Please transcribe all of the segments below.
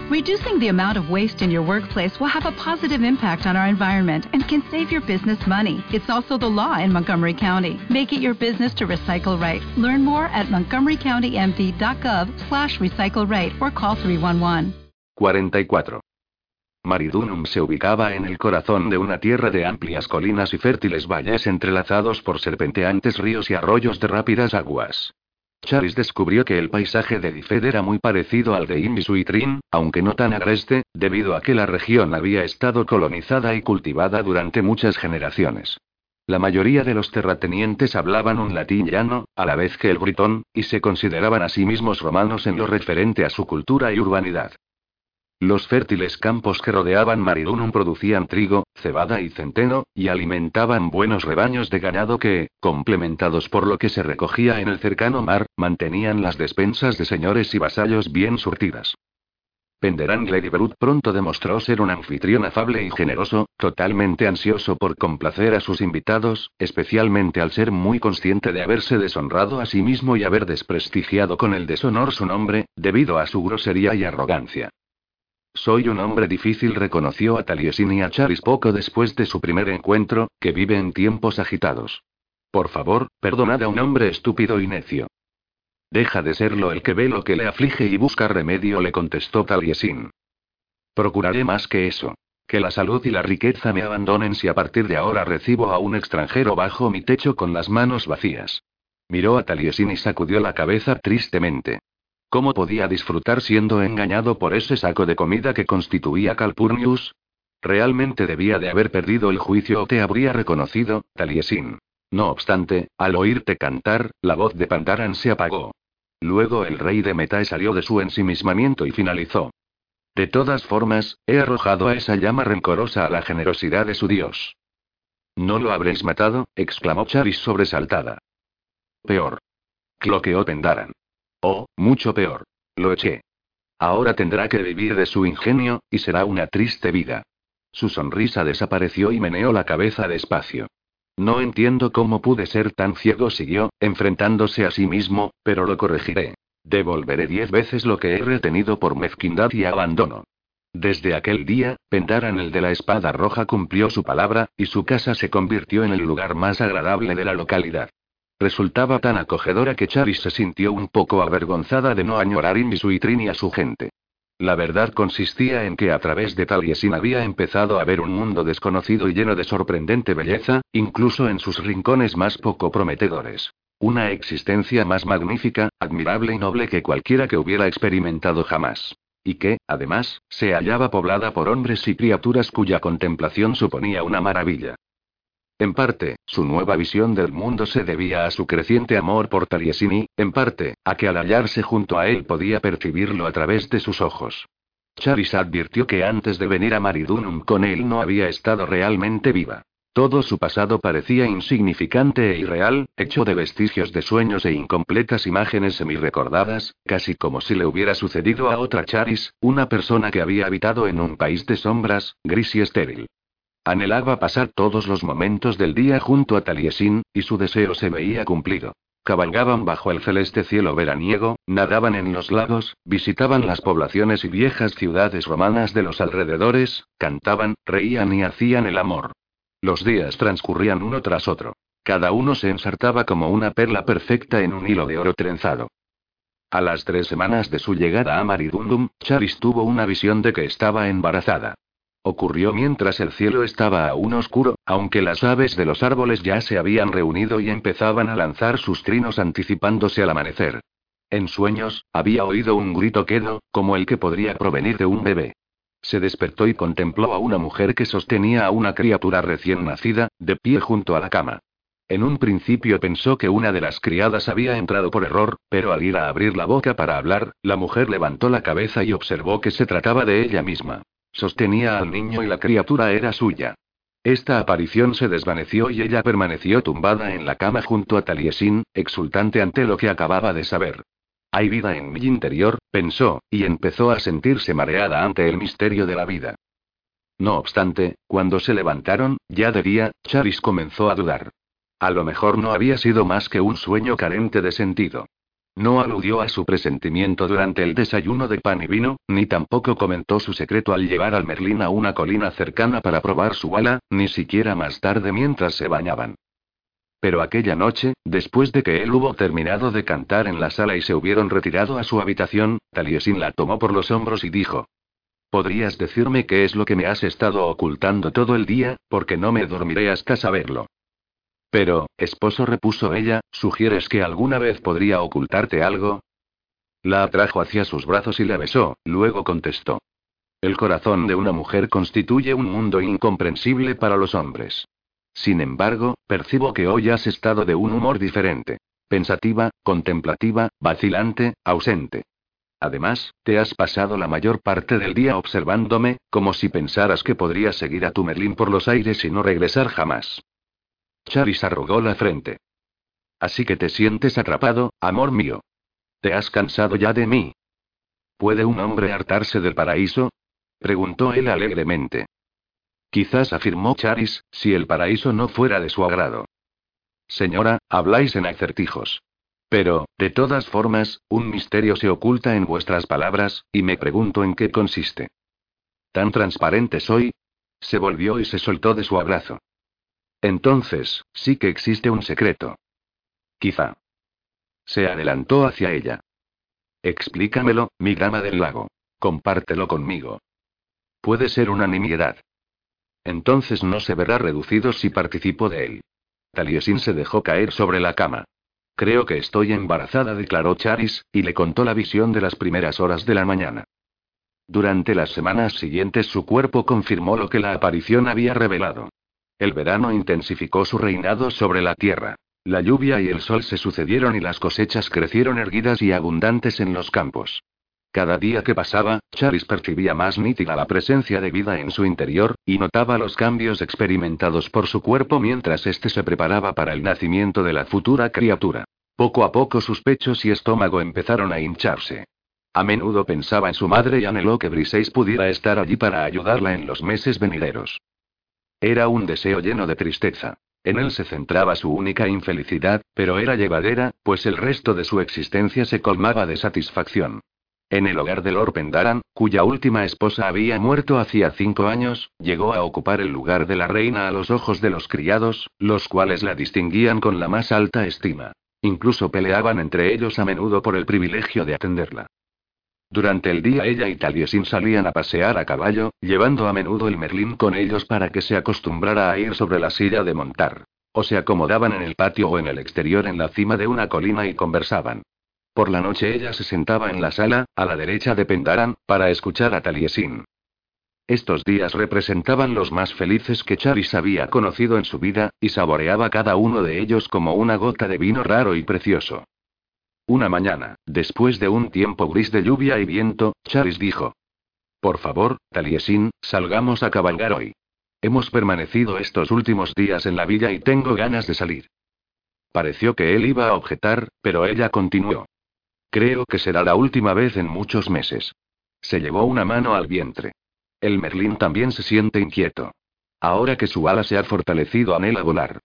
Reducing the amount of waste in your workplace will have a positive impact on our environment and can save your business money. It's also the law in Montgomery County. Make it your business to recycle right. Learn more at montgomerycountymd.gov/recycle right or call 311. 44. Maridunum se ubicaba en el corazón de una tierra de amplias colinas y fértiles valles entrelazados por serpenteantes ríos y arroyos de rápidas aguas. Charis descubrió que el paisaje de Difed era muy parecido al de Imbisuitrin, aunque no tan agreste, debido a que la región había estado colonizada y cultivada durante muchas generaciones. La mayoría de los terratenientes hablaban un latín llano, a la vez que el britón, y se consideraban a sí mismos romanos en lo referente a su cultura y urbanidad. Los fértiles campos que rodeaban Maridunum producían trigo, cebada y centeno, y alimentaban buenos rebaños de ganado que, complementados por lo que se recogía en el cercano mar, mantenían las despensas de señores y vasallos bien surtidas. Penderang Ladybrook pronto demostró ser un anfitrión afable y generoso, totalmente ansioso por complacer a sus invitados, especialmente al ser muy consciente de haberse deshonrado a sí mismo y haber desprestigiado con el deshonor su nombre, debido a su grosería y arrogancia. Soy un hombre difícil, reconoció a Taliesin y a Charis poco después de su primer encuentro, que vive en tiempos agitados. Por favor, perdonad a un hombre estúpido y necio. Deja de serlo el que ve lo que le aflige y busca remedio, le contestó Taliesin. Procuraré más que eso. Que la salud y la riqueza me abandonen si a partir de ahora recibo a un extranjero bajo mi techo con las manos vacías. Miró a Taliesin y sacudió la cabeza tristemente. ¿Cómo podía disfrutar siendo engañado por ese saco de comida que constituía Calpurnius? Realmente debía de haber perdido el juicio o te habría reconocido, Taliesin. No obstante, al oírte cantar, la voz de Pandaran se apagó. Luego el rey de Metae salió de su ensimismamiento y finalizó. De todas formas, he arrojado a esa llama rencorosa a la generosidad de su dios. ¿No lo habréis matado?, exclamó Charis sobresaltada. Peor. Cloqueó Pandaran. Oh, mucho peor. Lo eché. Ahora tendrá que vivir de su ingenio, y será una triste vida. Su sonrisa desapareció y meneó la cabeza despacio. No entiendo cómo pude ser tan ciego, siguió, enfrentándose a sí mismo, pero lo corregiré. Devolveré 10 veces lo que he retenido por mezquindad y abandono. Desde aquel día, Pandaran el de la espada roja cumplió su palabra, y su casa se convirtió en el lugar más agradable de la localidad. Resultaba tan acogedora que Charis se sintió un poco avergonzada de no añorar Imbisuitrin y a su gente. La verdad consistía en que a través de Taliesin había empezado a ver un mundo desconocido y lleno de sorprendente belleza, incluso en sus rincones más poco prometedores. Una existencia más magnífica, admirable y noble que cualquiera que hubiera experimentado jamás. Y que, además, se hallaba poblada por hombres y criaturas cuya contemplación suponía una maravilla. En parte, su nueva visión del mundo se debía a su creciente amor por Taliesin y, en parte, a que al hallarse junto a él podía percibirlo a través de sus ojos. Charis advirtió que antes de venir a Maridunum con él no había estado realmente viva. Todo su pasado parecía insignificante e irreal, hecho de vestigios de sueños e incompletas imágenes semi-recordadas, casi como si le hubiera sucedido a otra Charis, una persona que había habitado en un país de sombras, gris y estéril. Anhelaba pasar todos los momentos del día junto a Taliesin, y su deseo se veía cumplido. Cabalgaban bajo el celeste cielo veraniego, nadaban en los lagos, visitaban las poblaciones y viejas ciudades romanas de los alrededores, cantaban, reían y hacían el amor. Los días transcurrían uno tras otro. Cada uno se ensartaba como una perla perfecta en un hilo de oro trenzado. A las 3 semanas de su llegada a Maridunum, Charis tuvo una visión de que estaba embarazada. Ocurrió mientras el cielo estaba aún oscuro, aunque las aves de los árboles ya se habían reunido y empezaban a lanzar sus trinos anticipándose al amanecer. En sueños, había oído un grito quedo, como el que podría provenir de un bebé. Se despertó y contempló a una mujer que sostenía a una criatura recién nacida, de pie junto a la cama. En un principio pensó que una de las criadas había entrado por error, pero al ir a abrir la boca para hablar, la mujer levantó la cabeza y observó que se trataba de ella misma. Sostenía al niño y la criatura era suya. Esta aparición se desvaneció y ella permaneció tumbada en la cama junto a Taliesin, exultante ante lo que acababa de saber. Hay vida en mi interior, pensó, y empezó a sentirse mareada ante el misterio de la vida. No obstante, cuando se levantaron, ya de día, Charis comenzó a dudar. A lo mejor no había sido más que un sueño carente de sentido. No aludió a su presentimiento durante el desayuno de pan y vino, ni tampoco comentó su secreto al llevar al Merlín a una colina cercana para probar su ala, ni siquiera más tarde mientras se bañaban. Pero aquella noche, después de que él hubo terminado de cantar en la sala y se hubieron retirado a su habitación, Taliesin la tomó por los hombros y dijo: ¿Podrías decirme qué es lo que me has estado ocultando todo el día, porque no me dormiré hasta saberlo? Pero, esposo, repuso ella, ¿sugieres que alguna vez podría ocultarte algo? La atrajo hacia sus brazos y la besó, luego contestó: el corazón de una mujer constituye un mundo incomprensible para los hombres. Sin embargo, percibo que hoy has estado de un humor diferente. Pensativa, contemplativa, vacilante, ausente. Además, te has pasado la mayor parte del día observándome, como si pensaras que podrías seguir a tu Merlín por los aires y no regresar jamás. Charis arrugó la frente. Así que te sientes atrapado, amor mío. ¿Te has cansado ya de mí? ¿Puede un hombre hartarse del paraíso? Preguntó él alegremente. Quizás, afirmó Charis, si el paraíso no fuera de su agrado. Señora, habláis en acertijos. Pero, de todas formas, un misterio se oculta en vuestras palabras, y me pregunto en qué consiste. ¿Tan transparente soy? Se volvió y se soltó de su abrazo. Entonces, sí que existe un secreto. Quizá. Se adelantó hacia ella. Explícamelo, mi dama del lago. Compártelo conmigo. Puede ser una nimiedad. Entonces no se verá reducido si participo de él. Taliesin se dejó caer sobre la cama. Creo que estoy embarazada, declaró Charis, y le contó la visión de las primeras horas de la mañana. Durante las semanas siguientes su cuerpo confirmó lo que la aparición había revelado. El verano intensificó su reinado sobre la tierra. La lluvia y el sol se sucedieron y las cosechas crecieron erguidas y abundantes en los campos. Cada día que pasaba, Charis percibía más nítida la presencia de vida en su interior, y notaba los cambios experimentados por su cuerpo mientras éste se preparaba para el nacimiento de la futura criatura. Poco a poco sus pechos y estómago empezaron a hincharse. A menudo pensaba en su madre y anheló que Briseis pudiera estar allí para ayudarla en los meses venideros. Era un deseo lleno de tristeza. En él se centraba su única infelicidad, pero era llevadera, pues el resto de su existencia se colmaba de satisfacción. En el hogar de Lord Pendaran, cuya última esposa había muerto hacía 5 años, llegó a ocupar el lugar de la reina a los ojos de los criados, los cuales la distinguían con la más alta estima. Incluso peleaban entre ellos a menudo por el privilegio de atenderla. Durante el día ella y Taliesin salían a pasear a caballo, llevando a menudo el Merlín con ellos para que se acostumbrara a ir sobre la silla de montar. O se acomodaban en el patio o en el exterior en la cima de una colina y conversaban. Por la noche ella se sentaba en la sala, a la derecha de Pendaran, para escuchar a Taliesin. Estos días representaban los más felices que Charis había conocido en su vida, y saboreaba cada uno de ellos como una gota de vino raro y precioso. Una mañana, después de un tiempo gris de lluvia y viento, Charis dijo: por favor, Taliesin, salgamos a cabalgar hoy. Hemos permanecido estos últimos días en la villa y tengo ganas de salir. Pareció que él iba a objetar, pero ella continuó: creo que será la última vez en muchos meses. Se llevó una mano al vientre. El Merlín también se siente inquieto. Ahora que su ala se ha fortalecido, anhela volar.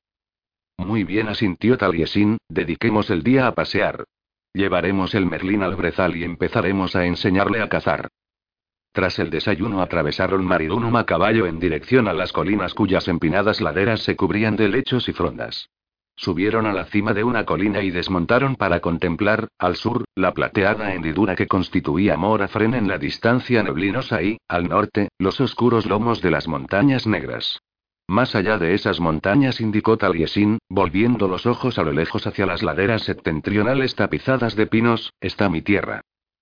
Muy bien, asintió Taliesin, dediquemos el día a pasear. Llevaremos el Merlín al brezal y empezaremos a enseñarle a cazar. Tras el desayuno atravesaron Maridunum a caballo en dirección a las colinas cuyas empinadas laderas se cubrían de helechos y frondas. Subieron a la cima de una colina y desmontaron para contemplar, al sur, la plateada hendidura que constituía Morafren en la distancia neblinosa y, al norte, los oscuros lomos de las montañas negras. Más allá de esas montañas, indicó Taliesin, volviendo los ojos a lo lejos hacia las laderas septentrionales tapizadas de pinos, está mi tierra.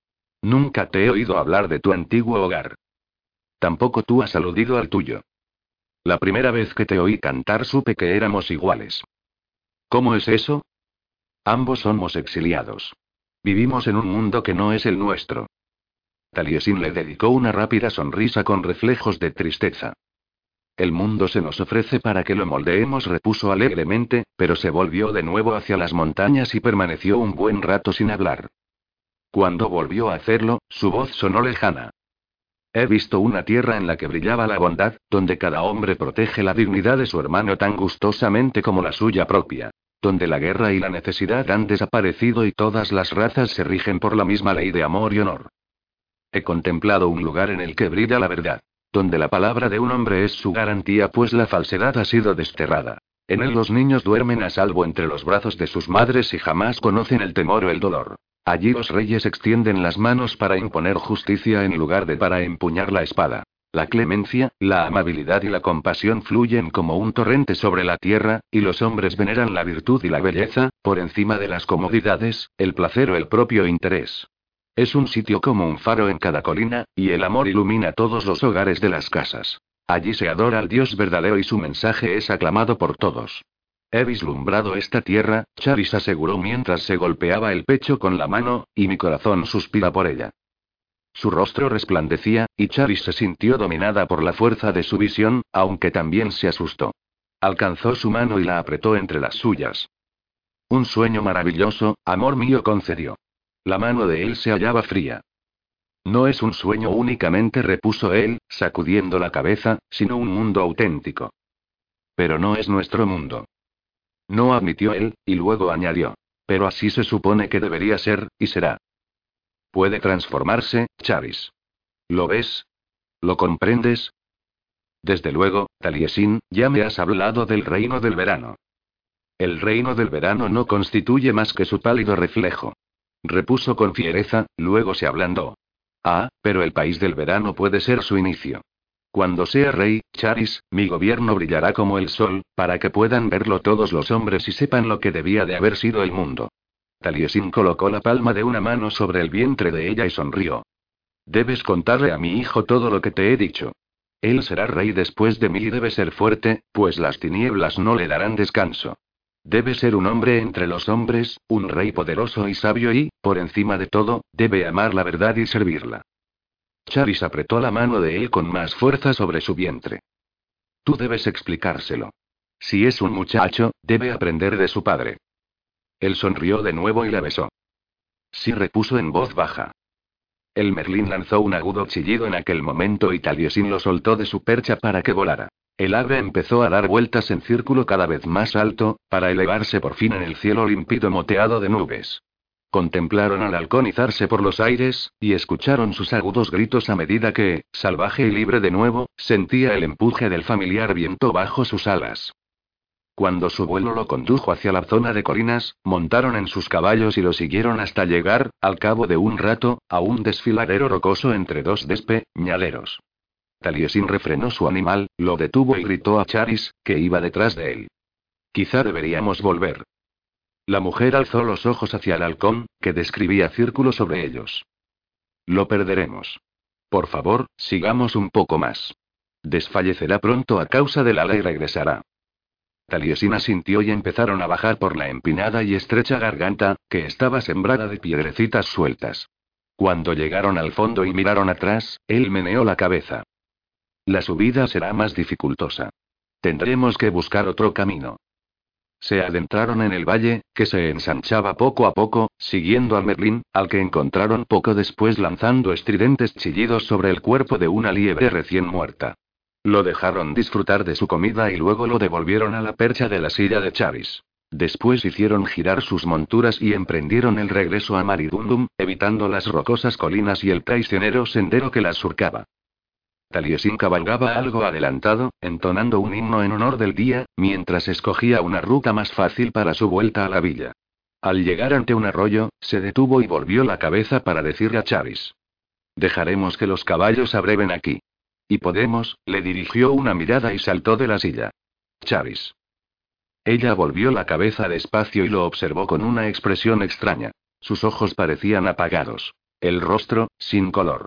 Nunca te he oído hablar de tu antiguo hogar. Tampoco tú has aludido al tuyo. La primera vez que te oí cantar supe que éramos iguales. ¿Cómo es eso? Ambos somos exiliados. Vivimos en un mundo que no es el nuestro. Taliesin le dedicó una rápida sonrisa con reflejos de tristeza. El mundo se nos ofrece para que lo moldeemos, repuso alegremente, pero se volvió de nuevo hacia las montañas y permaneció un buen rato sin hablar. Cuando volvió a hacerlo, su voz sonó lejana. He visto una tierra en la que brillaba la bondad, donde cada hombre protege la dignidad de su hermano tan gustosamente como la suya propia. donde la guerra y la necesidad han desaparecido y todas las razas se rigen por la misma ley de amor y honor. He contemplado un lugar en el que brilla la verdad, donde la palabra de un hombre es su garantía pues la falsedad ha sido desterrada. En él los niños duermen a salvo entre los brazos de sus madres y jamás conocen el temor o el dolor. Allí los reyes extienden las manos para imponer justicia en lugar de para empuñar la espada. La clemencia, la amabilidad y la compasión fluyen como un torrente sobre la tierra, y los hombres veneran la virtud y la belleza, por encima de las comodidades, el placer o el propio interés. Es un sitio como un faro en cada colina, y el amor ilumina todos los hogares de las casas. Allí se adora al Dios verdadero y su mensaje es aclamado por todos. He vislumbrado esta tierra, Charis aseguró mientras se golpeaba el pecho con la mano, y mi corazón suspira por ella. Su rostro resplandecía, y Charis se sintió dominada por la fuerza de su visión, aunque también se asustó. Alcanzó su mano y la apretó entre las suyas. Un sueño maravilloso, amor mío, concedió. La mano de él se hallaba fría. No es un sueño únicamente, repuso él, sacudiendo la cabeza, sino un mundo auténtico. Pero no es nuestro mundo. No, admitió él, y luego añadió. Pero así se supone que debería ser, y será. Puede transformarse, Charis. ¿Lo ves? ¿Lo comprendes? Desde luego, Taliesin, ya me has hablado del reino del verano. El reino del verano no constituye más que su pálido reflejo. Repuso con fiereza, luego se ablandó. Ah, pero el país del verano puede ser su inicio. Cuando sea rey, Charis, mi gobierno brillará como el sol, para que puedan verlo todos los hombres y sepan lo que debía de haber sido el mundo. Taliesin colocó la palma de una mano sobre el vientre de ella y sonrió. Debes contarle a mi hijo todo lo que te he dicho. Él será rey después de mí y debe ser fuerte, pues las tinieblas no le darán descanso. Debe ser un hombre entre los hombres, un rey poderoso y sabio y, por encima de todo, debe amar la verdad y servirla. Charis apretó la mano de él con más fuerza sobre su vientre. Tú debes explicárselo. Si es un muchacho, debe aprender de su padre. Él sonrió de nuevo y la besó. Sí, repuso en voz baja. El Merlín lanzó un agudo chillido en aquel momento y Taliesin lo soltó de su percha para que volara. El ave empezó a dar vueltas en círculo cada vez más alto, para elevarse por fin en el cielo límpido moteado de nubes. Contemplaron al halcón izarse por los aires, y escucharon sus agudos gritos a medida que, salvaje y libre de nuevo, sentía el empuje del familiar viento bajo sus alas. Cuando su vuelo lo condujo hacia la zona de colinas, montaron en sus caballos y lo siguieron hasta llegar, al cabo de un rato, a un desfiladero rocoso entre dos despeñaderos. Taliesin refrenó su animal, lo detuvo y gritó a Charis, que iba detrás de él. Quizá deberíamos volver. La mujer alzó los ojos hacia el halcón, que describía círculos sobre ellos. Lo perderemos. Por favor, sigamos un poco más. Desfallecerá pronto a causa del ala y regresará. Taliesin asintió y empezaron a bajar por la empinada y estrecha garganta, que estaba sembrada de piedrecitas sueltas. Cuando llegaron al fondo y miraron atrás, él meneó la cabeza. La subida será más dificultosa. Tendremos que buscar otro camino. Se adentraron en el valle, que se ensanchaba poco a poco, siguiendo al Merlín, al que encontraron poco después lanzando estridentes chillidos sobre el cuerpo de una liebre recién muerta. Lo dejaron disfrutar de su comida y luego lo devolvieron a la percha de la silla de Charis. Después hicieron girar sus monturas y emprendieron el regreso a Maridundum, evitando las rocosas colinas y el traicionero sendero que las surcaba. Taliesin cabalgaba algo adelantado, entonando un himno en honor del día, mientras escogía una ruta más fácil para su vuelta a la villa. Al llegar ante un arroyo, se detuvo y volvió la cabeza para decirle a Charis. Dejaremos que los caballos abreven aquí. Y podemos, le dirigió una mirada y saltó de la silla. Charis. Ella volvió la cabeza despacio y lo observó con una expresión extraña. Sus ojos parecían apagados. El rostro, sin color.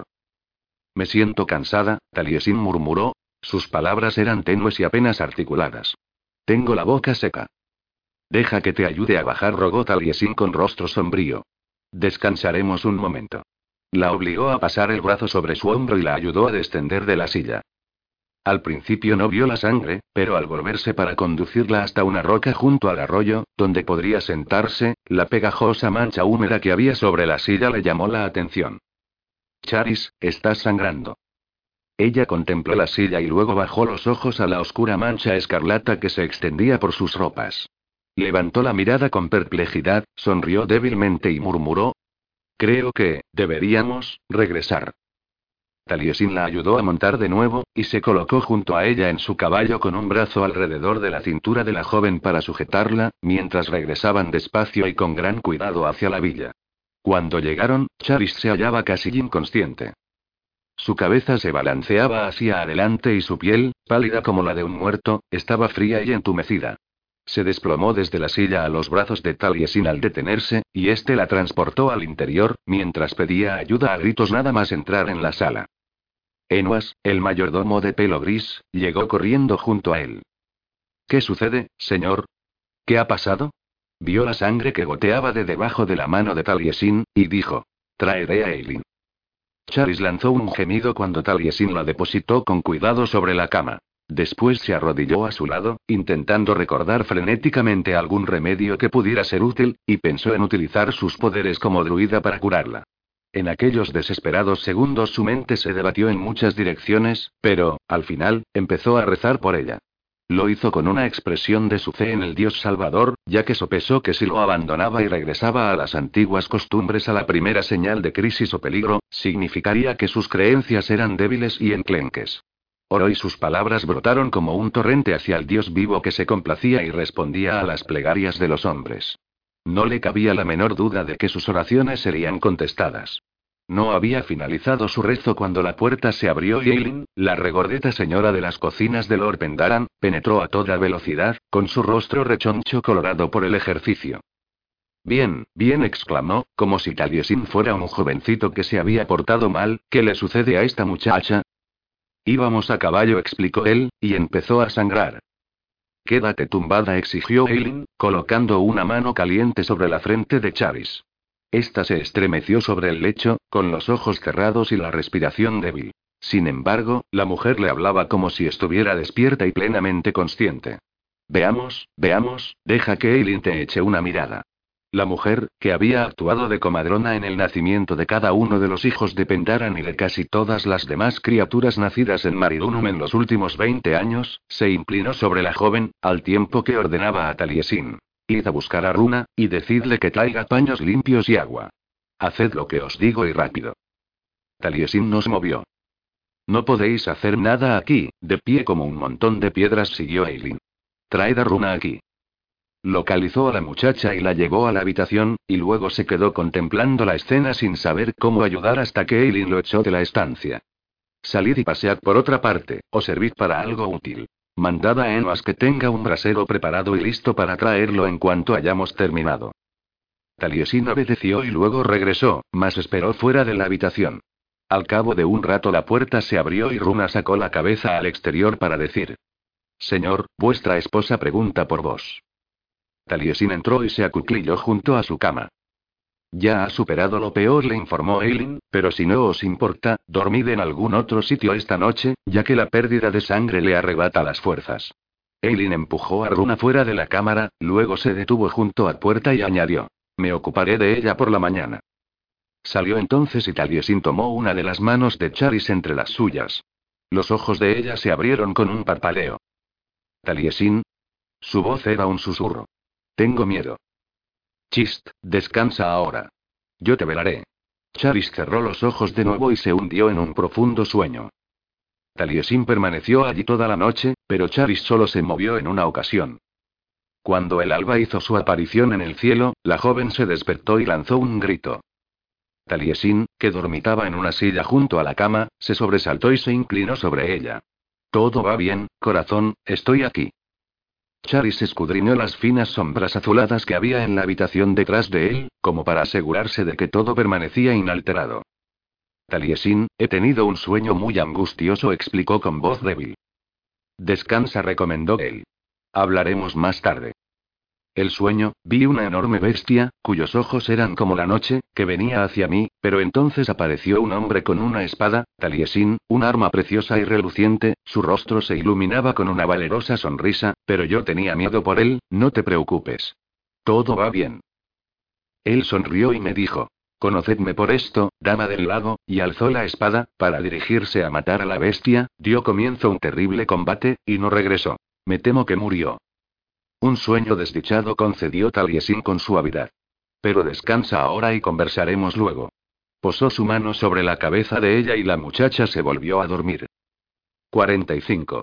Me siento cansada, Taliesin murmuró. Sus palabras eran tenues y apenas articuladas. Tengo la boca seca. Deja que te ayude a bajar, rogó Taliesin con rostro sombrío. Descansaremos un momento. La obligó a pasar el brazo sobre su hombro y la ayudó a descender de la silla. Al principio no vio la sangre, pero al volverse para conducirla hasta una roca junto al arroyo, donde podría sentarse, la pegajosa mancha húmeda que había sobre la silla le llamó la atención. Charis, estás sangrando. Ella contempló la silla y luego bajó los ojos a la oscura mancha escarlata que se extendía por sus ropas. Levantó la mirada con perplejidad, sonrió débilmente y murmuró: creo que, deberíamos, regresar. Taliesin la ayudó a montar de nuevo, y se colocó junto a ella en su caballo con un brazo alrededor de la cintura de la joven para sujetarla, mientras regresaban despacio y con gran cuidado hacia la villa. Cuando llegaron, Charis se hallaba casi inconsciente. Su cabeza se balanceaba hacia adelante y su piel, pálida como la de un muerto, estaba fría y entumecida. Se desplomó desde la silla a los brazos de Taliesin al detenerse, y éste la transportó al interior, mientras pedía ayuda a gritos nada más entrar en la sala. Enuas, el mayordomo de pelo gris, llegó corriendo junto a él. ¿Qué sucede, señor? ¿Qué ha pasado? Vio la sangre que goteaba de debajo de la mano de Taliesin, y dijo: traeré a Eileen. Charis lanzó un gemido cuando Taliesin la depositó con cuidado sobre la cama. Después se arrodilló a su lado, intentando recordar frenéticamente algún remedio que pudiera ser útil, y pensó en utilizar sus poderes como druida para curarla. En aquellos desesperados segundos su mente se debatió en muchas direcciones, pero, al final, empezó a rezar por ella. Lo hizo con una expresión de su fe en el Dios Salvador, ya que sopesó que si lo abandonaba y regresaba a las antiguas costumbres a la primera señal de crisis o peligro, significaría que sus creencias eran débiles y enclenques. Oró y sus palabras brotaron como un torrente hacia el Dios vivo que se complacía y respondía a las plegarias de los hombres. No le cabía la menor duda de que sus oraciones serían contestadas. No había finalizado su rezo cuando la puerta se abrió y Eileen, la regordeta señora de las cocinas de Lord Pendarran, penetró a toda velocidad, con su rostro rechoncho colorado por el ejercicio. Bien, bien, exclamó, como si Taliesin fuera un jovencito que se había portado mal. ¿Qué le sucede a esta muchacha? Íbamos a caballo, explicó él, y empezó a sangrar. Quédate tumbada, exigió Eileen, colocando una mano caliente sobre la frente de Charis. Esta se estremeció sobre el lecho, con los ojos cerrados y la respiración débil. Sin embargo, la mujer le hablaba como si estuviera despierta y plenamente consciente. Veamos, deja que Eileen te eche una mirada. La mujer, que había actuado de comadrona en el nacimiento de cada uno de los hijos de Pendarran y de casi todas las demás criaturas nacidas en Maridunum en los últimos 20 años, se inclinó sobre la joven, al tiempo que ordenaba a Taliesin: id a buscar a Runa, y decidle que traiga paños limpios y agua. Haced lo que os digo y rápido. Taliesin no se movió. No podéis hacer nada aquí, de pie como un montón de piedras, siguió Eileen. Traed a Runa aquí. Localizó a la muchacha y la llevó a la habitación, y luego se quedó contemplando la escena sin saber cómo ayudar hasta que Eileen lo echó de la estancia. Salid y pasead por otra parte, o servid para algo útil. Mandad a Enuas que tenga un brasero preparado y listo para traerlo en cuanto hayamos terminado. Taliesin obedeció y luego regresó, mas esperó fuera de la habitación. Al cabo de un rato la puerta se abrió y Runa sacó la cabeza al exterior para decir: Señor, vuestra esposa pregunta por vos. Taliesin entró y se acuclilló junto a su cama. Ya ha superado lo peor, le informó Eileen, pero si no os importa, dormid en algún otro sitio esta noche, ya que la pérdida de sangre le arrebata las fuerzas. Eileen empujó a Runa fuera de la cámara, luego se detuvo junto a la puerta y añadió: me ocuparé de ella por la mañana. Salió entonces y Taliesin tomó una de las manos de Charis entre las suyas. Los ojos de ella se abrieron con un parpadeo. Taliesin. Su voz era un susurro. Tengo miedo. Chist, descansa ahora. Yo te velaré. Charis cerró los ojos de nuevo y se hundió en un profundo sueño. Taliesin permaneció allí toda la noche, pero Charis solo se movió en una ocasión. Cuando el alba hizo su aparición en el cielo, la joven se despertó y lanzó un grito. Taliesin, que dormitaba en una silla junto a la cama, se sobresaltó y se inclinó sobre ella. Todo va bien, corazón, estoy aquí. Charis escudriñó las finas sombras azuladas que había en la habitación detrás de él, como para asegurarse de que todo permanecía inalterado. Taliesin, he tenido un sueño muy angustioso, explicó con voz débil. Descansa, recomendó él. Hablaremos más tarde. El sueño, vi una enorme bestia, cuyos ojos eran como la noche, que venía hacia mí, pero entonces apareció un hombre con una espada, Taliesin, un arma preciosa y reluciente, su rostro se iluminaba con una valerosa sonrisa, pero yo tenía miedo por él. No te preocupes. Todo va bien. Él sonrió y me dijo: conocedme por esto, dama del lago, y alzó la espada, para dirigirse a matar a la bestia. Dio comienzo un terrible combate, y no regresó. Me temo que murió. Un sueño desdichado, concedió Taliesin con suavidad. Pero descansa ahora y conversaremos luego. Posó su mano sobre la cabeza de ella y la muchacha se volvió a dormir. 45.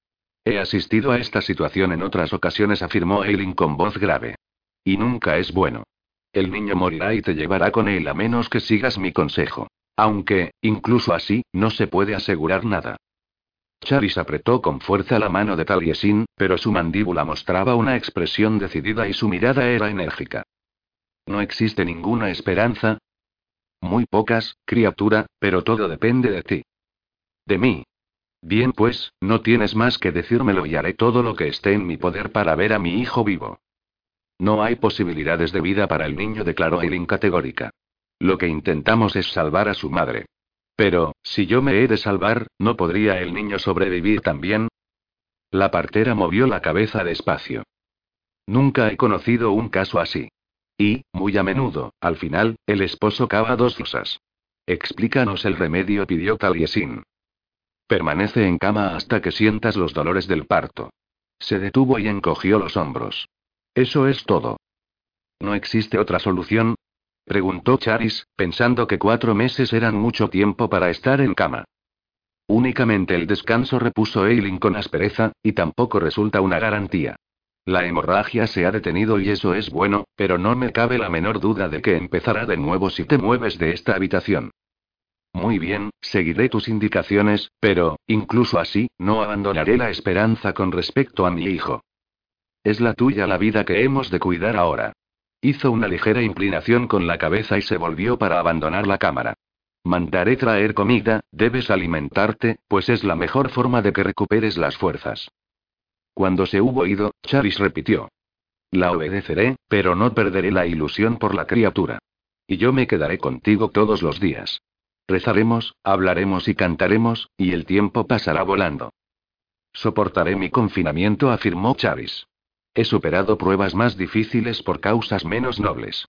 He asistido a esta situación en otras ocasiones, afirmó Eileen con voz grave. Y nunca es bueno. El niño morirá y te llevará con él a menos que sigas mi consejo. Aunque, incluso así, no se puede asegurar nada. Charis apretó con fuerza la mano de Taliesin, pero su mandíbula mostraba una expresión decidida y su mirada era enérgica. ¿No existe ninguna esperanza? Muy pocas, criatura, pero todo depende de ti. ¿De mí? Bien, pues, no tienes más que decírmelo y haré todo lo que esté en mi poder para ver a mi hijo vivo. No hay posibilidades de vida para el niño, declaró Eileen categórica. Lo que intentamos es salvar a su madre. Pero, si yo me he de salvar, ¿no podría el niño sobrevivir también? La partera movió la cabeza despacio. Nunca he conocido un caso así. Y, muy a menudo, al final, el esposo cava dos fosas. Explícanos el remedio, pidió Taliesin. Permanece en cama hasta que sientas los dolores del parto. Se detuvo y encogió los hombros. Eso es todo. ¿No existe otra solución? Preguntó Charis, pensando que 4 meses eran mucho tiempo para estar en cama. Únicamente el descanso, repuso Eileen con aspereza, y tampoco resulta una garantía. La hemorragia se ha detenido y eso es bueno, pero no me cabe la menor duda de que empezará de nuevo si te mueves de esta habitación. Muy bien, seguiré tus indicaciones, pero, incluso así, no abandonaré la esperanza con respecto a mi hijo. Es la tuya la vida que hemos de cuidar ahora. Hizo una ligera inclinación con la cabeza y se volvió para abandonar la cámara. Mandaré traer comida, debes alimentarte, pues es la mejor forma de que recuperes las fuerzas. Cuando se hubo ido, Charis repitió. La obedeceré, pero no perderé la ilusión por la criatura. Y yo me quedaré contigo todos los días. Rezaremos, hablaremos y cantaremos, y el tiempo pasará volando. Soportaré mi confinamiento, afirmó Charis. He superado pruebas más difíciles por causas menos nobles.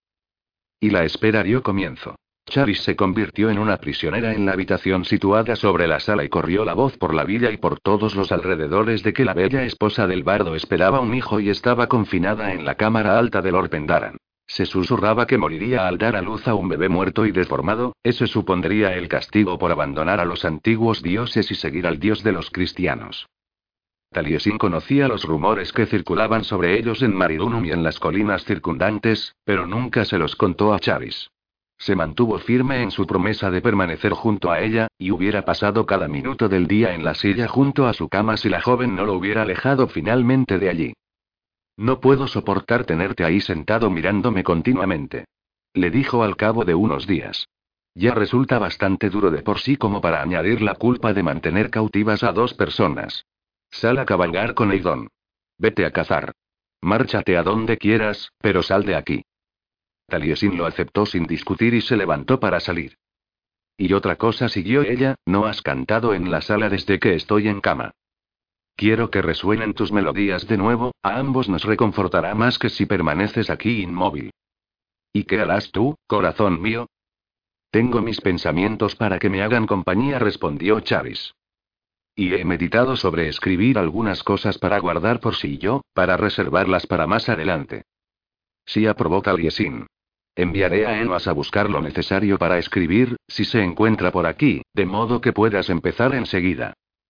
Y la espera dio comienzo. Charis se convirtió en una prisionera en la habitación situada sobre la sala y corrió la voz por la villa y por todos los alrededores de que la bella esposa del bardo esperaba un hijo y estaba confinada en la cámara alta de Lord Pendarran. Se susurraba que moriría al dar a luz a un bebé muerto y deformado, ese supondría el castigo por abandonar a los antiguos dioses y seguir al dios de los cristianos. Taliesin conocía los rumores que circulaban sobre ellos en Maridunum y en las colinas circundantes, pero nunca se los contó a Charis. Se mantuvo firme en su promesa de permanecer junto a ella, y hubiera pasado cada minuto del día en la silla junto a su cama si la joven no lo hubiera alejado finalmente de allí. No puedo soportar tenerte ahí sentado mirándome continuamente. Le dijo al cabo de unos días. Ya resulta bastante duro de por sí como para añadir la culpa de mantener cautivas a 2 personas. Sal a cabalgar con Eidon. Vete a cazar. Márchate a donde quieras, pero sal de aquí. Taliesin lo aceptó sin discutir y se levantó para salir. Y otra cosa, siguió ella, no has cantado en la sala desde que estoy en cama. Quiero que resuenen tus melodías de nuevo, a ambos nos reconfortará más que si permaneces aquí inmóvil. ¿Y qué harás tú, corazón mío? Tengo mis pensamientos para que me hagan compañía, respondió Charis. Y he meditado sobre escribir algunas cosas para guardar por sí y yo, para reservarlas para más adelante. Sí, aprobó Taliesin. Enviaré a Enos a buscar lo necesario para escribir, si se encuentra por aquí, de modo que puedas empezar enseguida.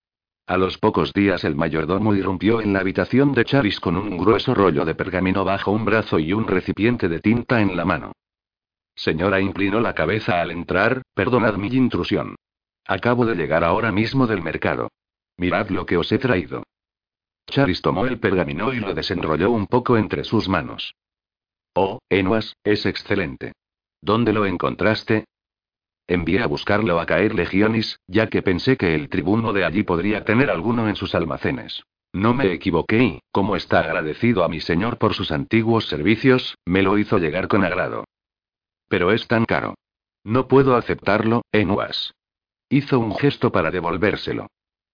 A los pocos días el mayordomo irrumpió en la habitación de Charis con un grueso rollo de pergamino bajo un brazo y un recipiente de tinta en la mano. Señora, inclinó la cabeza al entrar, perdonad mi intrusión. Acabo de llegar ahora mismo del mercado. Mirad lo que os he traído. Charis tomó el pergamino y lo desenrolló un poco entre sus manos. Oh, Enuas, es excelente. ¿Dónde lo encontraste? Envié a buscarlo a Caer Legionis, ya que pensé que el tribuno de allí podría tener alguno en sus almacenes. No me equivoqué y, como está agradecido a mi señor por sus antiguos servicios, me lo hizo llegar con agrado. Pero es tan caro. No puedo aceptarlo, Enuas. Hizo un gesto para devolvérselo.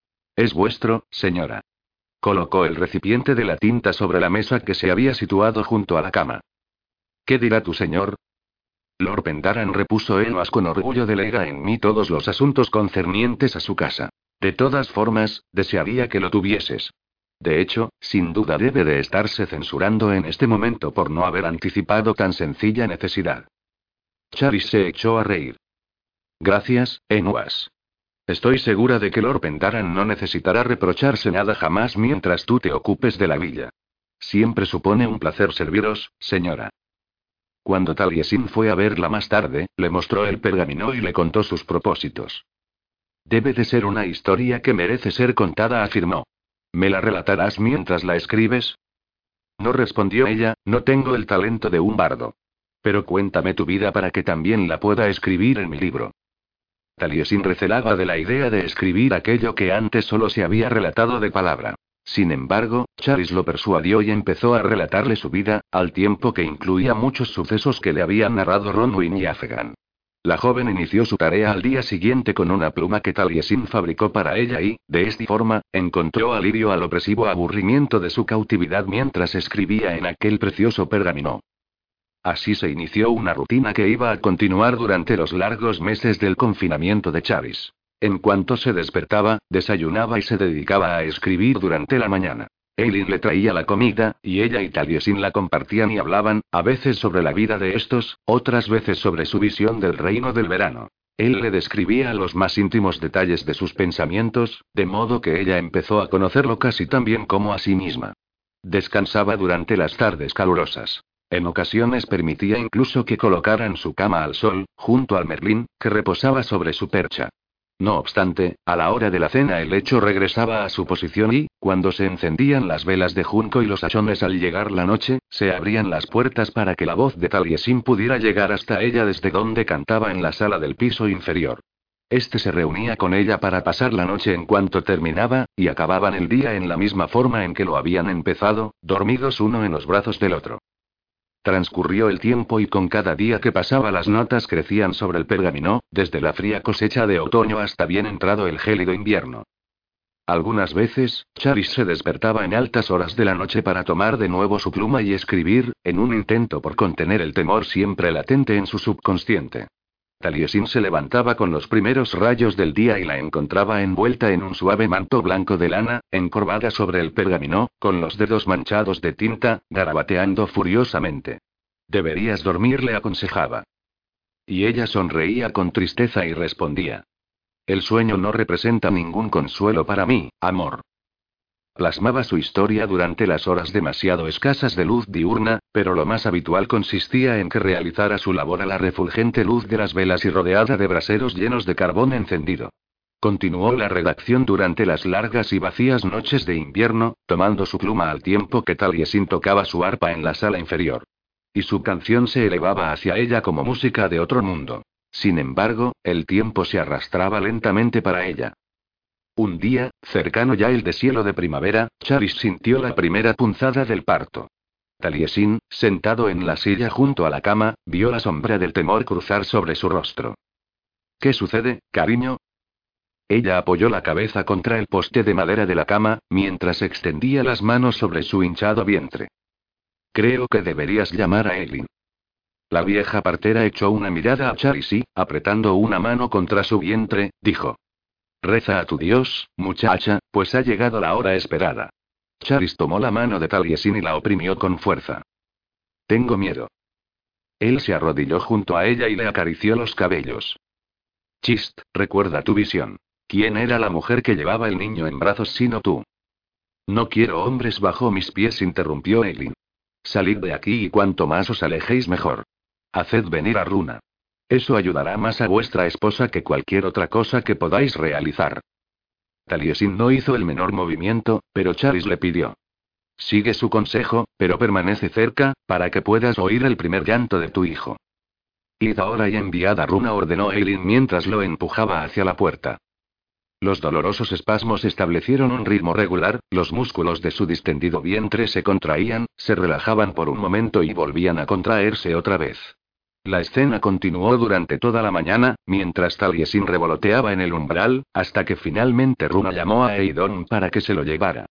Es vuestro, señora. Colocó el recipiente de la tinta sobre la mesa que se había situado junto a la cama. ¿Qué dirá tu señor? Lord Pendarran, repuso Enuas con orgullo, delega en mí todos los asuntos concernientes a su casa. De todas formas, desearía que lo tuvieses. De hecho, sin duda debe de estarse censurando en este momento por no haber anticipado tan sencilla necesidad. Charis se echó a reír. Gracias, Enuas. Estoy segura de que Lord Pendarran no necesitará reprocharse nada jamás mientras tú te ocupes de la villa. Siempre supone un placer serviros, señora. Cuando Taliesin fue a verla más tarde, le mostró el pergamino y le contó sus propósitos. Debe de ser una historia que merece ser contada, afirmó. ¿Me la relatarás mientras la escribes? No, respondió ella, no tengo el talento de un bardo. Pero cuéntame tu vida para que también la pueda escribir en mi libro. Taliesin recelaba de la idea de escribir aquello que antes solo se había relatado de palabra. Sin embargo, Charis lo persuadió y empezó a relatarle su vida, al tiempo que incluía muchos sucesos que le habían narrado Ronwyn y Afghan. La joven inició su tarea al día siguiente con una pluma que Taliesin fabricó para ella y, de esta forma, encontró alivio al opresivo aburrimiento de su cautividad mientras escribía en aquel precioso pergamino. Así se inició una rutina que iba a continuar durante los largos meses del confinamiento de Charis. En cuanto se despertaba, desayunaba y se dedicaba a escribir durante la mañana. Eileen le traía la comida, y ella y Taliesin la compartían y hablaban, a veces sobre la vida de estos, otras veces sobre su visión del reino del verano. Él le describía los más íntimos detalles de sus pensamientos, de modo que ella empezó a conocerlo casi tan bien como a sí misma. Descansaba durante las tardes calurosas. En ocasiones permitía incluso que colocaran su cama al sol, junto al merlín, que reposaba sobre su percha. No obstante, a la hora de la cena el lecho regresaba a su posición y, cuando se encendían las velas de junco y los hachones al llegar la noche, se abrían las puertas para que la voz de Taliesin pudiera llegar hasta ella desde donde cantaba en la sala del piso inferior. Este se reunía con ella para pasar la noche en cuanto terminaba, y acababan el día en la misma forma en que lo habían empezado, dormidos uno en los brazos del otro. Transcurrió el tiempo y con cada día que pasaba las notas crecían sobre el pergamino, desde la fría cosecha de otoño hasta bien entrado el gélido invierno. Algunas veces, Charis se despertaba en altas horas de la noche para tomar de nuevo su pluma y escribir, en un intento por contener el temor siempre latente en su subconsciente. Taliesin se levantaba con los primeros rayos del día y la encontraba envuelta en un suave manto blanco de lana, encorvada sobre el pergamino, con los dedos manchados de tinta, garabateando furiosamente. Deberías dormir, le aconsejaba. Y ella sonreía con tristeza y respondía. El sueño no representa ningún consuelo para mí, amor. Plasmaba su historia durante las horas demasiado escasas de luz diurna, pero lo más habitual consistía en que realizara su labor a la refulgente luz de las velas y rodeada de braseros llenos de carbón encendido. Continuó la redacción durante las largas y vacías noches de invierno, tomando su pluma al tiempo que Taliesin tocaba su arpa en la sala inferior. Y su canción se elevaba hacia ella como música de otro mundo. Sin embargo, el tiempo se arrastraba lentamente para ella. Un día, cercano ya el deshielo de primavera, Charis sintió la primera punzada del parto. Taliesin, sentado en la silla junto a la cama, vio la sombra del temor cruzar sobre su rostro. ¿Qué sucede, cariño? Ella apoyó la cabeza contra el poste de madera de la cama, mientras extendía las manos sobre su hinchado vientre. Creo que deberías llamar a Eileen. La vieja partera echó una mirada a Charis y, apretando una mano contra su vientre, dijo. Reza a tu Dios, muchacha, pues ha llegado la hora esperada. Charis tomó la mano de Taliesin y la oprimió con fuerza. Tengo miedo. Él se arrodilló junto a ella y le acarició los cabellos. Chist, recuerda tu visión. ¿Quién era la mujer que llevaba el niño en brazos sino tú? No quiero hombres bajo mis pies, interrumpió Eileen. Salid de aquí y cuanto más os alejéis mejor. Haced venir a Runa. Eso ayudará más a vuestra esposa que cualquier otra cosa que podáis realizar. Taliesin no hizo el menor movimiento, pero Charis le pidió. Sigue su consejo, pero permanece cerca, para que puedas oír el primer llanto de tu hijo. Id ahora y enviad a Runa, ordenó Eileen mientras lo empujaba hacia la puerta. Los dolorosos espasmos establecieron un ritmo regular, los músculos de su distendido vientre se contraían, se relajaban por un momento y volvían a contraerse otra vez. La escena continuó durante toda la mañana, mientras Taliesin revoloteaba en el umbral, hasta que finalmente Runa llamó a Eidon para que se lo llevara.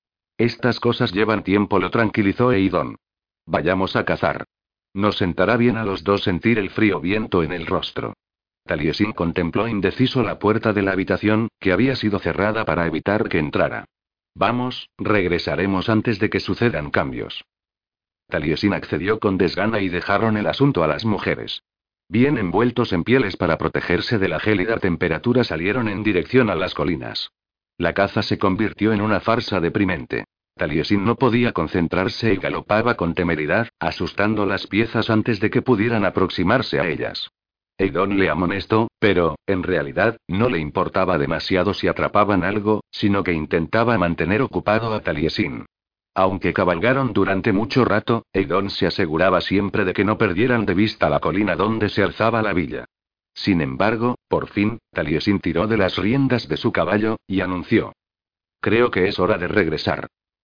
Estas cosas llevan tiempo, lo tranquilizó Eidon. Vayamos a cazar. Nos sentará bien a los dos sentir el frío viento en el rostro. Taliesin contempló indeciso la puerta de la habitación, que había sido cerrada para evitar que entrara. Vamos, regresaremos antes de que sucedan cambios. Taliesin accedió con desgana y dejaron el asunto a las mujeres. Bien envueltos en pieles para protegerse de la gélida temperatura, salieron en dirección a las colinas. La caza se convirtió en una farsa deprimente. Taliesin no podía concentrarse y galopaba con temeridad, asustando las piezas antes de que pudieran aproximarse a ellas. Eidon le amonestó, pero, en realidad, no le importaba demasiado si atrapaban algo, sino que intentaba mantener ocupado a Taliesin. Aunque cabalgaron durante mucho rato, Eidon se aseguraba siempre de que no perdieran de vista la colina donde se alzaba la villa. Sin embargo, por fin, Taliesin tiró de las riendas de su caballo, y anunció: «Creo que es hora de regresar».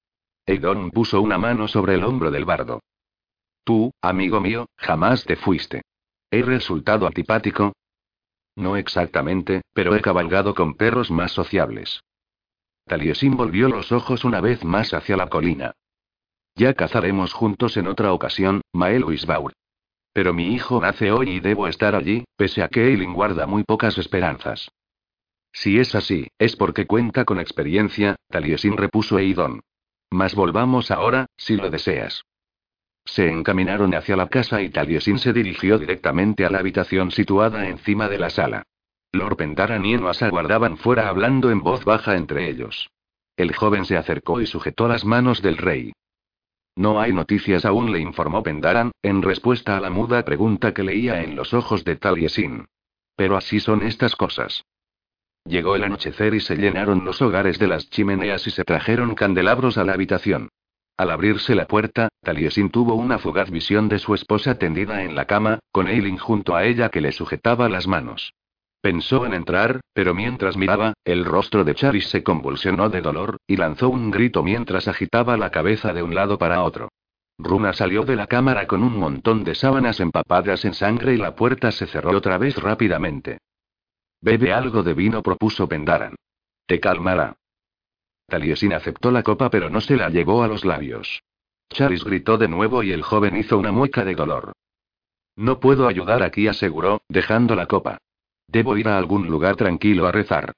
Eidon puso una mano sobre el hombro del bardo. «Tú, amigo mío, jamás te fuiste. ¿He resultado antipático?» «No exactamente, pero he cabalgado con perros más sociables». Taliesin volvió los ojos una vez más hacia la colina. «Ya cazaremos juntos en otra ocasión, Mael Wisbaur. Pero mi hijo nace hoy y debo estar allí, pese a que Eileen guarda muy pocas esperanzas». «Si es así, es porque cuenta con experiencia», Taliesin repuso Eidon. «Mas volvamos ahora, si lo deseas». Se encaminaron hacia la casa y Taliesin se dirigió directamente a la habitación situada encima de la sala. Lord Pendaran y Enoas aguardaban fuera hablando en voz baja entre ellos. El joven se acercó y sujetó las manos del rey. «No hay noticias aún», le informó Pendaran, en respuesta a la muda pregunta que leía en los ojos de Taliesin. «Pero así son estas cosas». Llegó el anochecer y se llenaron los hogares de las chimeneas y se trajeron candelabros a la habitación. Al abrirse la puerta, Taliesin tuvo una fugaz visión de su esposa tendida en la cama, con Eileen junto a ella que le sujetaba las manos. Pensó en entrar, pero mientras miraba, el rostro de Charis se convulsionó de dolor, y lanzó un grito mientras agitaba la cabeza de un lado para otro. Runa salió de la cámara con un montón de sábanas empapadas en sangre y la puerta se cerró otra vez rápidamente. «Bebe algo de vino», propuso Pendaran. «Te calmará». Taliesin aceptó la copa pero no se la llevó a los labios. Charis gritó de nuevo y el joven hizo una mueca de dolor. «No puedo ayudar aquí», aseguró, dejando la copa. «Debo ir a algún lugar tranquilo a rezar».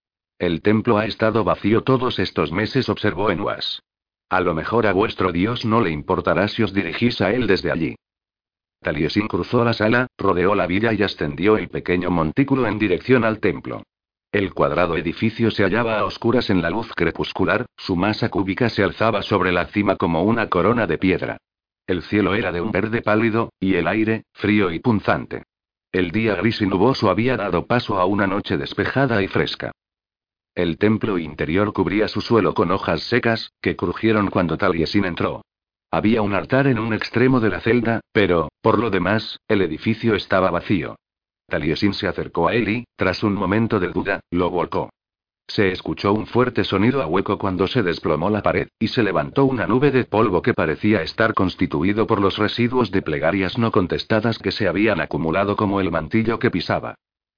«El templo ha estado vacío todos estos meses», observó Enoas. «A lo mejor a vuestro Dios no le importará si os dirigís a él desde allí». Taliesin cruzó la sala, rodeó la villa y ascendió el pequeño montículo en dirección al templo. El cuadrado edificio se hallaba a oscuras en la luz crepuscular, su masa cúbica se alzaba sobre la cima como una corona de piedra. El cielo era de un verde pálido, y el aire, frío y punzante. El día gris y nuboso había dado paso a una noche despejada y fresca. El templo interior cubría su suelo con hojas secas, que crujieron cuando Taliesin entró. Había un altar en un extremo de la celda, pero, por lo demás, el edificio estaba vacío. Taliesin se acercó a él y, tras un momento de duda, lo volcó. Se escuchó un fuerte sonido a hueco cuando se desplomó la pared, y se levantó una nube de polvo que parecía estar constituido por los residuos de plegarias no contestadas que se habían acumulado como el mantillo que pisaba.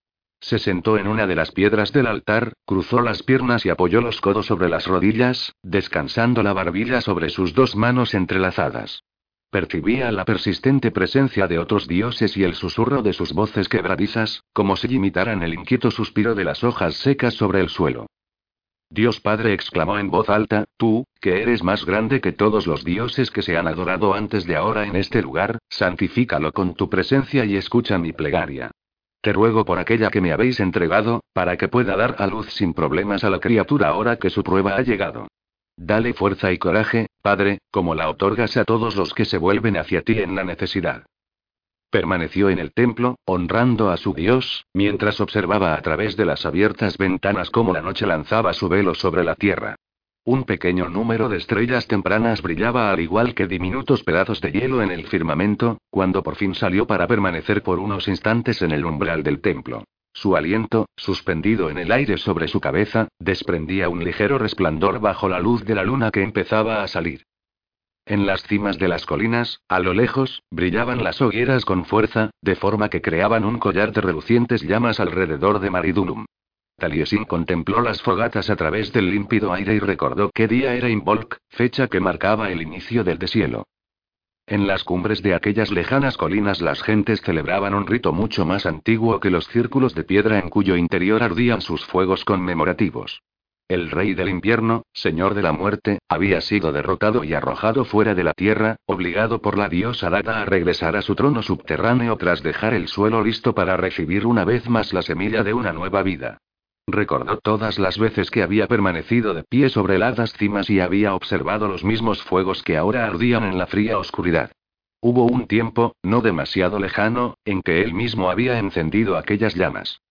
Se sentó en una de las piedras del altar, cruzó las piernas y apoyó los codos sobre las rodillas, descansando la barbilla sobre sus dos manos entrelazadas. Percibía la persistente presencia de otros dioses y el susurro de sus voces quebradizas, como si imitaran el inquieto suspiro de las hojas secas sobre el suelo. «Dios Padre», exclamó en voz alta, «tú, que eres más grande que todos los dioses que se han adorado antes de ahora en este lugar, santifícalo con tu presencia y escucha mi plegaria. Te ruego por aquella que me habéis entregado, para que pueda dar a luz sin problemas a la criatura ahora que su prueba ha llegado. Dale fuerza y coraje, Padre, como la otorgas a todos los que se vuelven hacia ti en la necesidad». Permaneció en el templo, honrando a su Dios, mientras observaba a través de las abiertas ventanas cómo la noche lanzaba su velo sobre la tierra. Un pequeño número de estrellas tempranas brillaba al igual que diminutos pedazos de hielo en el firmamento, cuando por fin salió para permanecer por unos instantes en el umbral del templo. Su aliento, suspendido en el aire sobre su cabeza, desprendía un ligero resplandor bajo la luz de la luna que empezaba a salir. En las cimas de las colinas, a lo lejos, brillaban las hogueras con fuerza, de forma que creaban un collar de relucientes llamas alrededor de Maridunum. Taliesin contempló las fogatas a través del límpido aire y recordó qué día era Imbolc, fecha que marcaba el inicio del deshielo. En las cumbres de aquellas lejanas colinas las gentes celebraban un rito mucho más antiguo que los círculos de piedra en cuyo interior ardían sus fuegos conmemorativos. El rey del invierno, señor de la muerte, había sido derrotado y arrojado fuera de la tierra, obligado por la diosa Dada a regresar a su trono subterráneo tras dejar el suelo listo para recibir una vez más la semilla de una nueva vida. Recordó todas las veces que había permanecido de pie sobre heladas cimas y había observado los mismos fuegos que ahora ardían en la fría oscuridad. Hubo un tiempo, no demasiado lejano, en que él mismo había encendido aquellas llamas.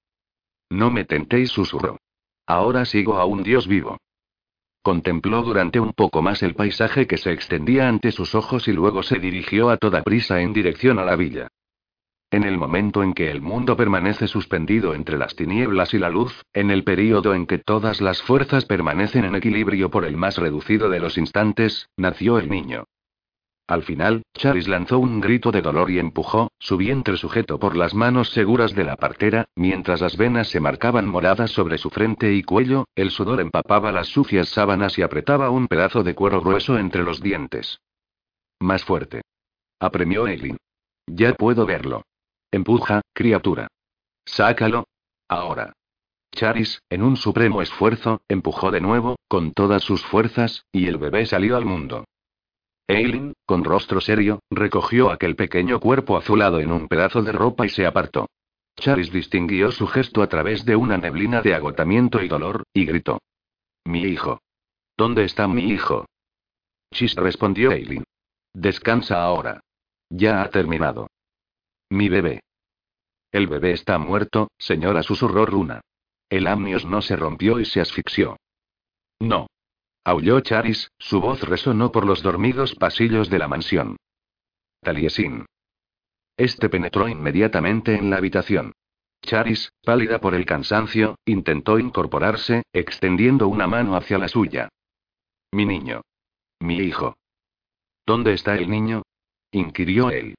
No me tentéis, susurró. Ahora sigo a un dios vivo. Contempló durante un poco más el paisaje que se extendía ante sus ojos y luego se dirigió a toda prisa en dirección a la villa. En el momento en que el mundo permanece suspendido entre las tinieblas y la luz, en el período en que todas las fuerzas permanecen en equilibrio por el más reducido de los instantes, nació el niño. Al final, Charis lanzó un grito de dolor y empujó, su vientre sujeto por las manos seguras de la partera, mientras las venas se marcaban moradas sobre su frente y cuello, el sudor empapaba las sucias sábanas y apretaba un pedazo de cuero grueso entre los dientes. Más fuerte. Apremió Eileen. Ya puedo verlo. Empuja, criatura. Sácalo. Ahora. Charis, en un supremo esfuerzo, empujó de nuevo, con todas sus fuerzas, y el bebé salió al mundo. Eileen, con rostro serio, recogió aquel pequeño cuerpo azulado en un pedazo de ropa y se apartó. Charis distinguió su gesto a través de una neblina de agotamiento y dolor, y gritó. Mi hijo. ¿Dónde está mi hijo? Chis, respondió Eileen. Descansa ahora. Ya ha terminado. Mi bebé. El bebé está muerto, señora, susurró Runa. El amnios no se rompió y se asfixió. No. Aulló Charis, su voz resonó por los dormidos pasillos de la mansión. Taliesin. Este penetró inmediatamente en la habitación. Charis, pálida por el cansancio, intentó incorporarse, extendiendo una mano hacia la suya. Mi niño. Mi hijo. ¿Dónde está el niño? Inquirió él.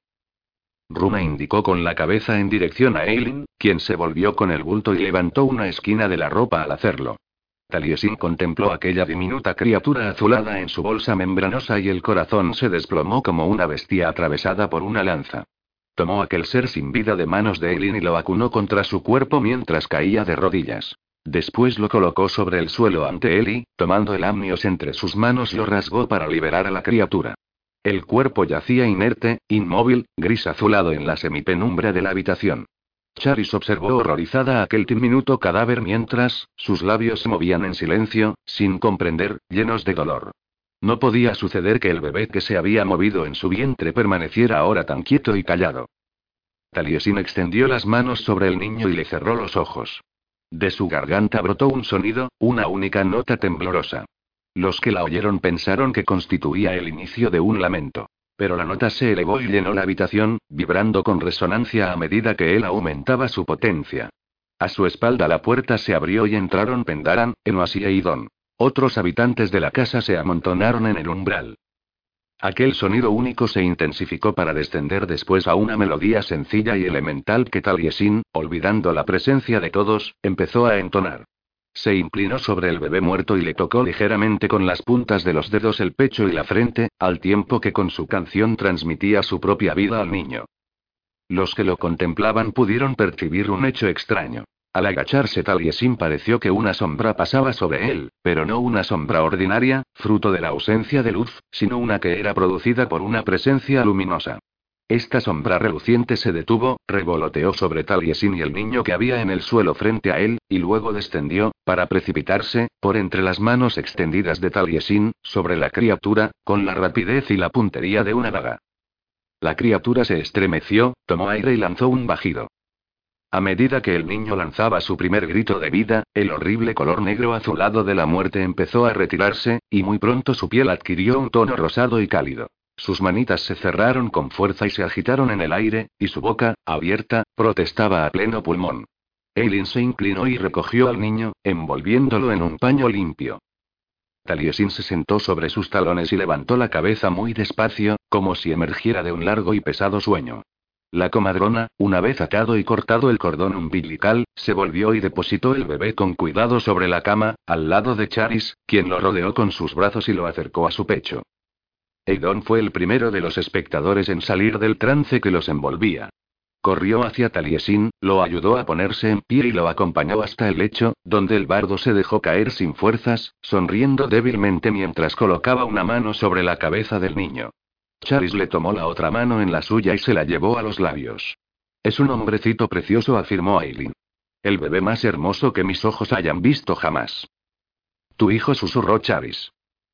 Runa indicó con la cabeza en dirección a Eileen, quien se volvió con el bulto y levantó una esquina de la ropa al hacerlo. Taliesin contempló aquella diminuta criatura azulada en su bolsa membranosa y el corazón se desplomó como una bestia atravesada por una lanza. Tomó aquel ser sin vida de manos de Eileen y lo acunó contra su cuerpo mientras caía de rodillas. Después lo colocó sobre el suelo ante él y, tomando el amnios entre sus manos, lo rasgó para liberar a la criatura. El cuerpo yacía inerte, inmóvil, gris azulado en la semipenumbra de la habitación. Charis observó horrorizada aquel diminuto cadáver mientras, sus labios se movían en silencio, sin comprender, llenos de dolor. No podía suceder que el bebé que se había movido en su vientre permaneciera ahora tan quieto y callado. Taliesin extendió las manos sobre el niño y le cerró los ojos. De su garganta brotó un sonido, una única nota temblorosa. Los que la oyeron pensaron que constituía el inicio de un lamento. Pero la nota se elevó y llenó la habitación, vibrando con resonancia a medida que él aumentaba su potencia. A su espalda la puerta se abrió y entraron Pendaran, Enoasi e Idon. Otros habitantes de la casa se amontonaron en el umbral. Aquel sonido único se intensificó para descender después a una melodía sencilla y elemental que Taliesin, olvidando la presencia de todos, empezó a entonar. Se inclinó sobre el bebé muerto y le tocó ligeramente con las puntas de los dedos el pecho y la frente, al tiempo que con su canción transmitía su propia vida al niño. Los que lo contemplaban pudieron percibir un hecho extraño. Al agacharse Taliesin pareció que una sombra pasaba sobre él, pero no una sombra ordinaria, fruto de la ausencia de luz, sino una que era producida por una presencia luminosa. Esta sombra reluciente se detuvo, revoloteó sobre Taliesin y el niño que había en el suelo frente a él, y luego descendió, para precipitarse, por entre las manos extendidas de Taliesin, sobre la criatura, con la rapidez y la puntería de una daga. La criatura se estremeció, tomó aire y lanzó un vagido. A medida que el niño lanzaba su primer grito de vida, el horrible color negro azulado de la muerte empezó a retirarse, y muy pronto su piel adquirió un tono rosado y cálido. Sus manitas se cerraron con fuerza y se agitaron en el aire, y su boca, abierta, protestaba a pleno pulmón. Eileen se inclinó y recogió al niño, envolviéndolo en un paño limpio. Taliesin se sentó sobre sus talones y levantó la cabeza muy despacio, como si emergiera de un largo y pesado sueño. La comadrona, una vez atado y cortado el cordón umbilical, se volvió y depositó el bebé con cuidado sobre la cama, al lado de Charis, quien lo rodeó con sus brazos y lo acercó a su pecho. Eidon fue el primero de los espectadores en salir del trance que los envolvía. Corrió hacia Taliesin, lo ayudó a ponerse en pie y lo acompañó hasta el lecho, donde el bardo se dejó caer sin fuerzas, sonriendo débilmente mientras colocaba una mano sobre la cabeza del niño. Charis le tomó la otra mano en la suya y se la llevó a los labios. Es un hombrecito precioso, afirmó Aileen. El bebé más hermoso que mis ojos hayan visto jamás. Tu hijo, susurró Charis.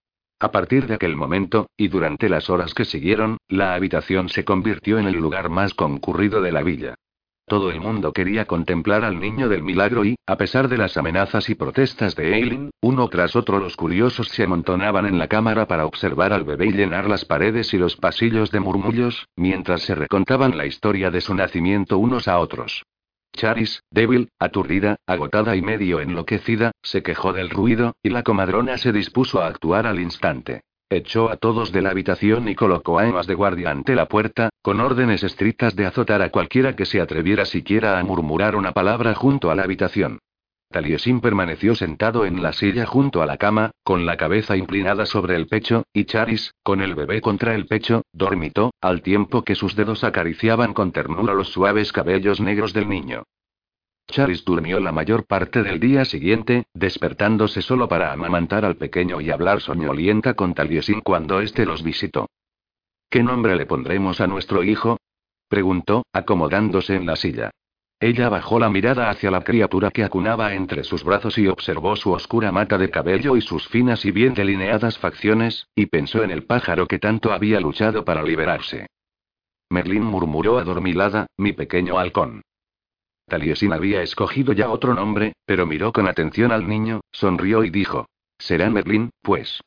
A partir de aquel momento, y durante las horas que siguieron, la habitación se convirtió en el lugar más concurrido de la villa. Todo el mundo quería contemplar al niño del milagro y, a pesar de las amenazas y protestas de Aileen, uno tras otro los curiosos se amontonaban en la cámara para observar al bebé y llenar las paredes y los pasillos de murmullos, mientras se recontaban la historia de su nacimiento unos a otros. Charis, débil, aturdida, agotada y medio enloquecida, se quejó del ruido, y la comadrona se dispuso a actuar al instante. Echó a todos de la habitación y colocó a Emas de guardia ante la puerta, con órdenes estrictas de azotar a cualquiera que se atreviera siquiera a murmurar una palabra junto a la habitación. Taliesin permaneció sentado en la silla junto a la cama, con la cabeza inclinada sobre el pecho, y Charis, con el bebé contra el pecho, dormitó, al tiempo que sus dedos acariciaban con ternura los suaves cabellos negros del niño. Charis durmió la mayor parte del día siguiente, despertándose solo para amamantar al pequeño y hablar soñolienta con Taliesin cuando éste los visitó. ¿Qué nombre le pondremos a nuestro hijo?, preguntó, acomodándose en la silla. Ella bajó la mirada hacia la criatura que acunaba entre sus brazos y observó su oscura mata de cabello y sus finas y bien delineadas facciones, y pensó en el pájaro que tanto había luchado para liberarse. Merlín, murmuró adormilada, mi pequeño halcón. Taliesin había escogido ya otro nombre, pero miró con atención al niño, sonrió y dijo: será Merlín, pues.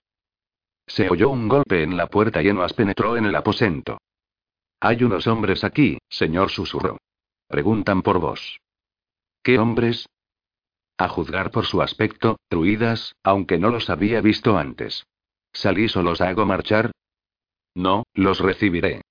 Se oyó un golpe en la puerta y Emas penetró en el aposento. Hay unos hombres aquí, señor, susurró. Preguntan por vos. ¿Qué hombres? A juzgar por su aspecto, druidas, aunque no los había visto antes. ¿Salís o los hago marchar? No, los recibiré.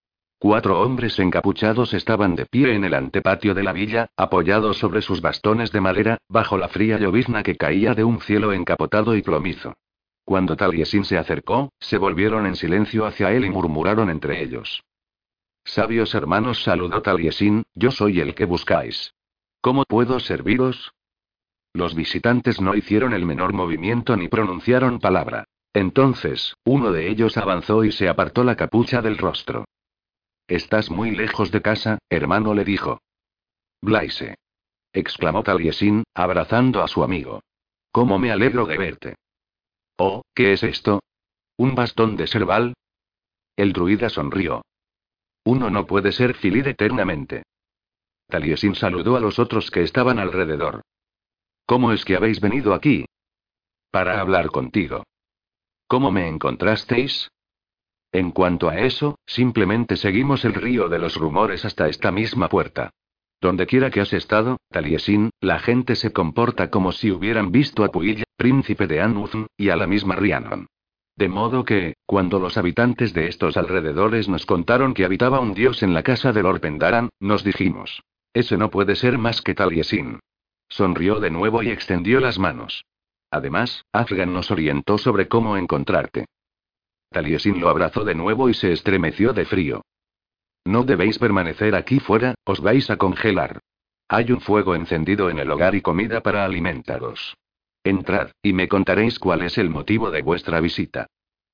4 hombres encapuchados estaban de pie en el antepatio de la villa, apoyados sobre sus bastones de madera, bajo la fría llovizna que caía de un cielo encapotado y plomizo. Cuando Taliesin se acercó, se volvieron en silencio hacia él y murmuraron entre ellos. Sabios hermanos, saludó Taliesin, yo soy el que buscáis. ¿Cómo puedo serviros? Los visitantes no hicieron el menor movimiento ni pronunciaron palabra. Entonces, uno de ellos avanzó y se apartó la capucha del rostro. Estás muy lejos de casa, hermano, le dijo. Blaise. Exclamó Taliesin, abrazando a su amigo. ¿Cómo me alegro de verte? Oh, ¿qué es esto? ¿Un bastón de Serval? El druida sonrió. Uno no puede ser feliz eternamente. Taliesin saludó a los otros que estaban alrededor. ¿Cómo es que habéis venido aquí? Para hablar contigo. ¿Cómo me encontrasteis? En cuanto a eso, simplemente seguimos el río de los rumores hasta esta misma puerta. Donde quiera que has estado, Taliesin, la gente se comporta como si hubieran visto a Puilla, príncipe de Anuzn, y a la misma Rhiannon. De modo que, cuando los habitantes de estos alrededores nos contaron que habitaba un dios en la casa de Lord Pendaran, nos dijimos: ese no puede ser más que Taliesin. Sonrió de nuevo y extendió las manos. Además, Afgan nos orientó sobre cómo encontrarte. Taliesin lo abrazó de nuevo y se estremeció de frío. No debéis permanecer aquí fuera, os vais a congelar. Hay un fuego encendido en el hogar y comida para alimentaros. Entrad, y me contaréis cuál es el motivo de vuestra visita.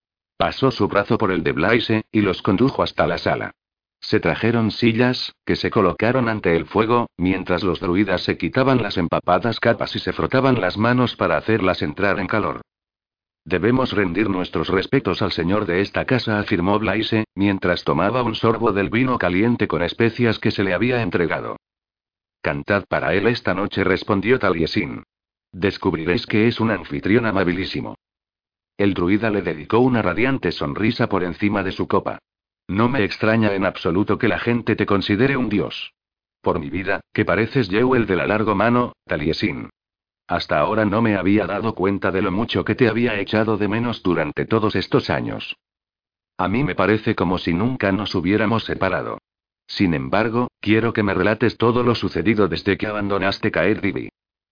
Pasó su brazo por el de Blaise, y los condujo hasta la sala. Se trajeron sillas, que se colocaron ante el fuego, mientras los druidas se quitaban las empapadas capas y se frotaban las manos para hacerlas entrar en calor. Debemos rendir nuestros respetos al señor de esta casa, afirmó Blaise, mientras tomaba un sorbo del vino caliente con especias que se le había entregado. Cantad para él esta noche, respondió Taliesin. Descubriréis que es un anfitrión amabilísimo. El druida le dedicó una radiante sonrisa por encima de su copa. No me extraña en absoluto que la gente te considere un dios. Por mi vida, que pareces Jewel de la larga mano, Taliesin. Hasta ahora no me había dado cuenta de lo mucho que te había echado de menos durante todos estos años. A mí me parece como si nunca nos hubiéramos separado. Sin embargo, quiero que me relates todo lo sucedido desde que abandonaste Caer Divi.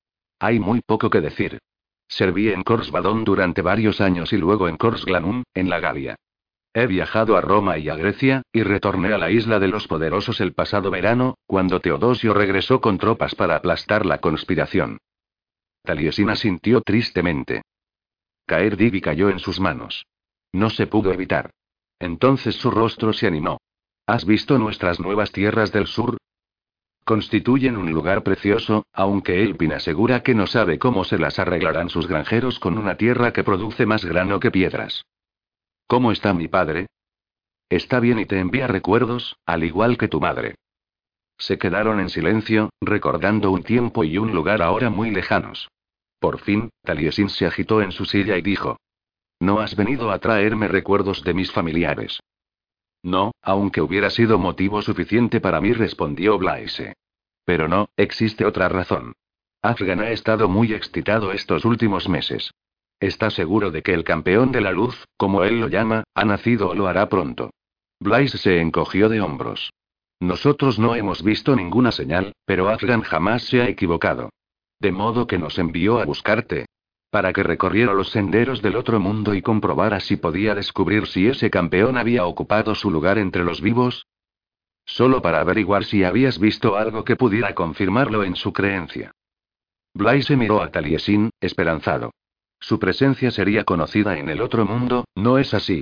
Hay muy poco que decir. Serví en Corsvadon durante varios años y luego en Corsglanum, en la Galia. He viajado a Roma y a Grecia, y retorné a la isla de los poderosos el pasado verano, cuando Teodosio regresó con tropas para aplastar la conspiración. Taliesin asintió tristemente. Caer Divi cayó en sus manos. No se pudo evitar. Entonces su rostro se animó. ¿Has visto nuestras nuevas tierras del sur? Constituyen un lugar precioso, aunque Elpin asegura que no sabe cómo se las arreglarán sus granjeros con una tierra que produce más grano que piedras. ¿Cómo está mi padre? Está bien y te envía recuerdos, al igual que tu madre. Se quedaron en silencio, recordando un tiempo y un lugar ahora muy lejanos. Por fin, Taliesin se agitó en su silla y dijo: ¿No has venido a traerme recuerdos de mis familiares? No, aunque hubiera sido motivo suficiente para mí, respondió Blaise. Pero no, existe otra razón. Afgan ha estado muy excitado estos últimos meses. Está seguro de que el campeón de la luz, como él lo llama, ha nacido o lo hará pronto. Blaise se encogió de hombros. Nosotros no hemos visto ninguna señal, pero Afgan jamás se ha equivocado. De modo que nos envió a buscarte. Para que recorriera los senderos del otro mundo y comprobara si podía descubrir si ese campeón había ocupado su lugar entre los vivos. Solo para averiguar si habías visto algo que pudiera confirmarlo en su creencia. Blaise miró a Taliesin, esperanzado. Su presencia sería conocida en el otro mundo, ¿no es así?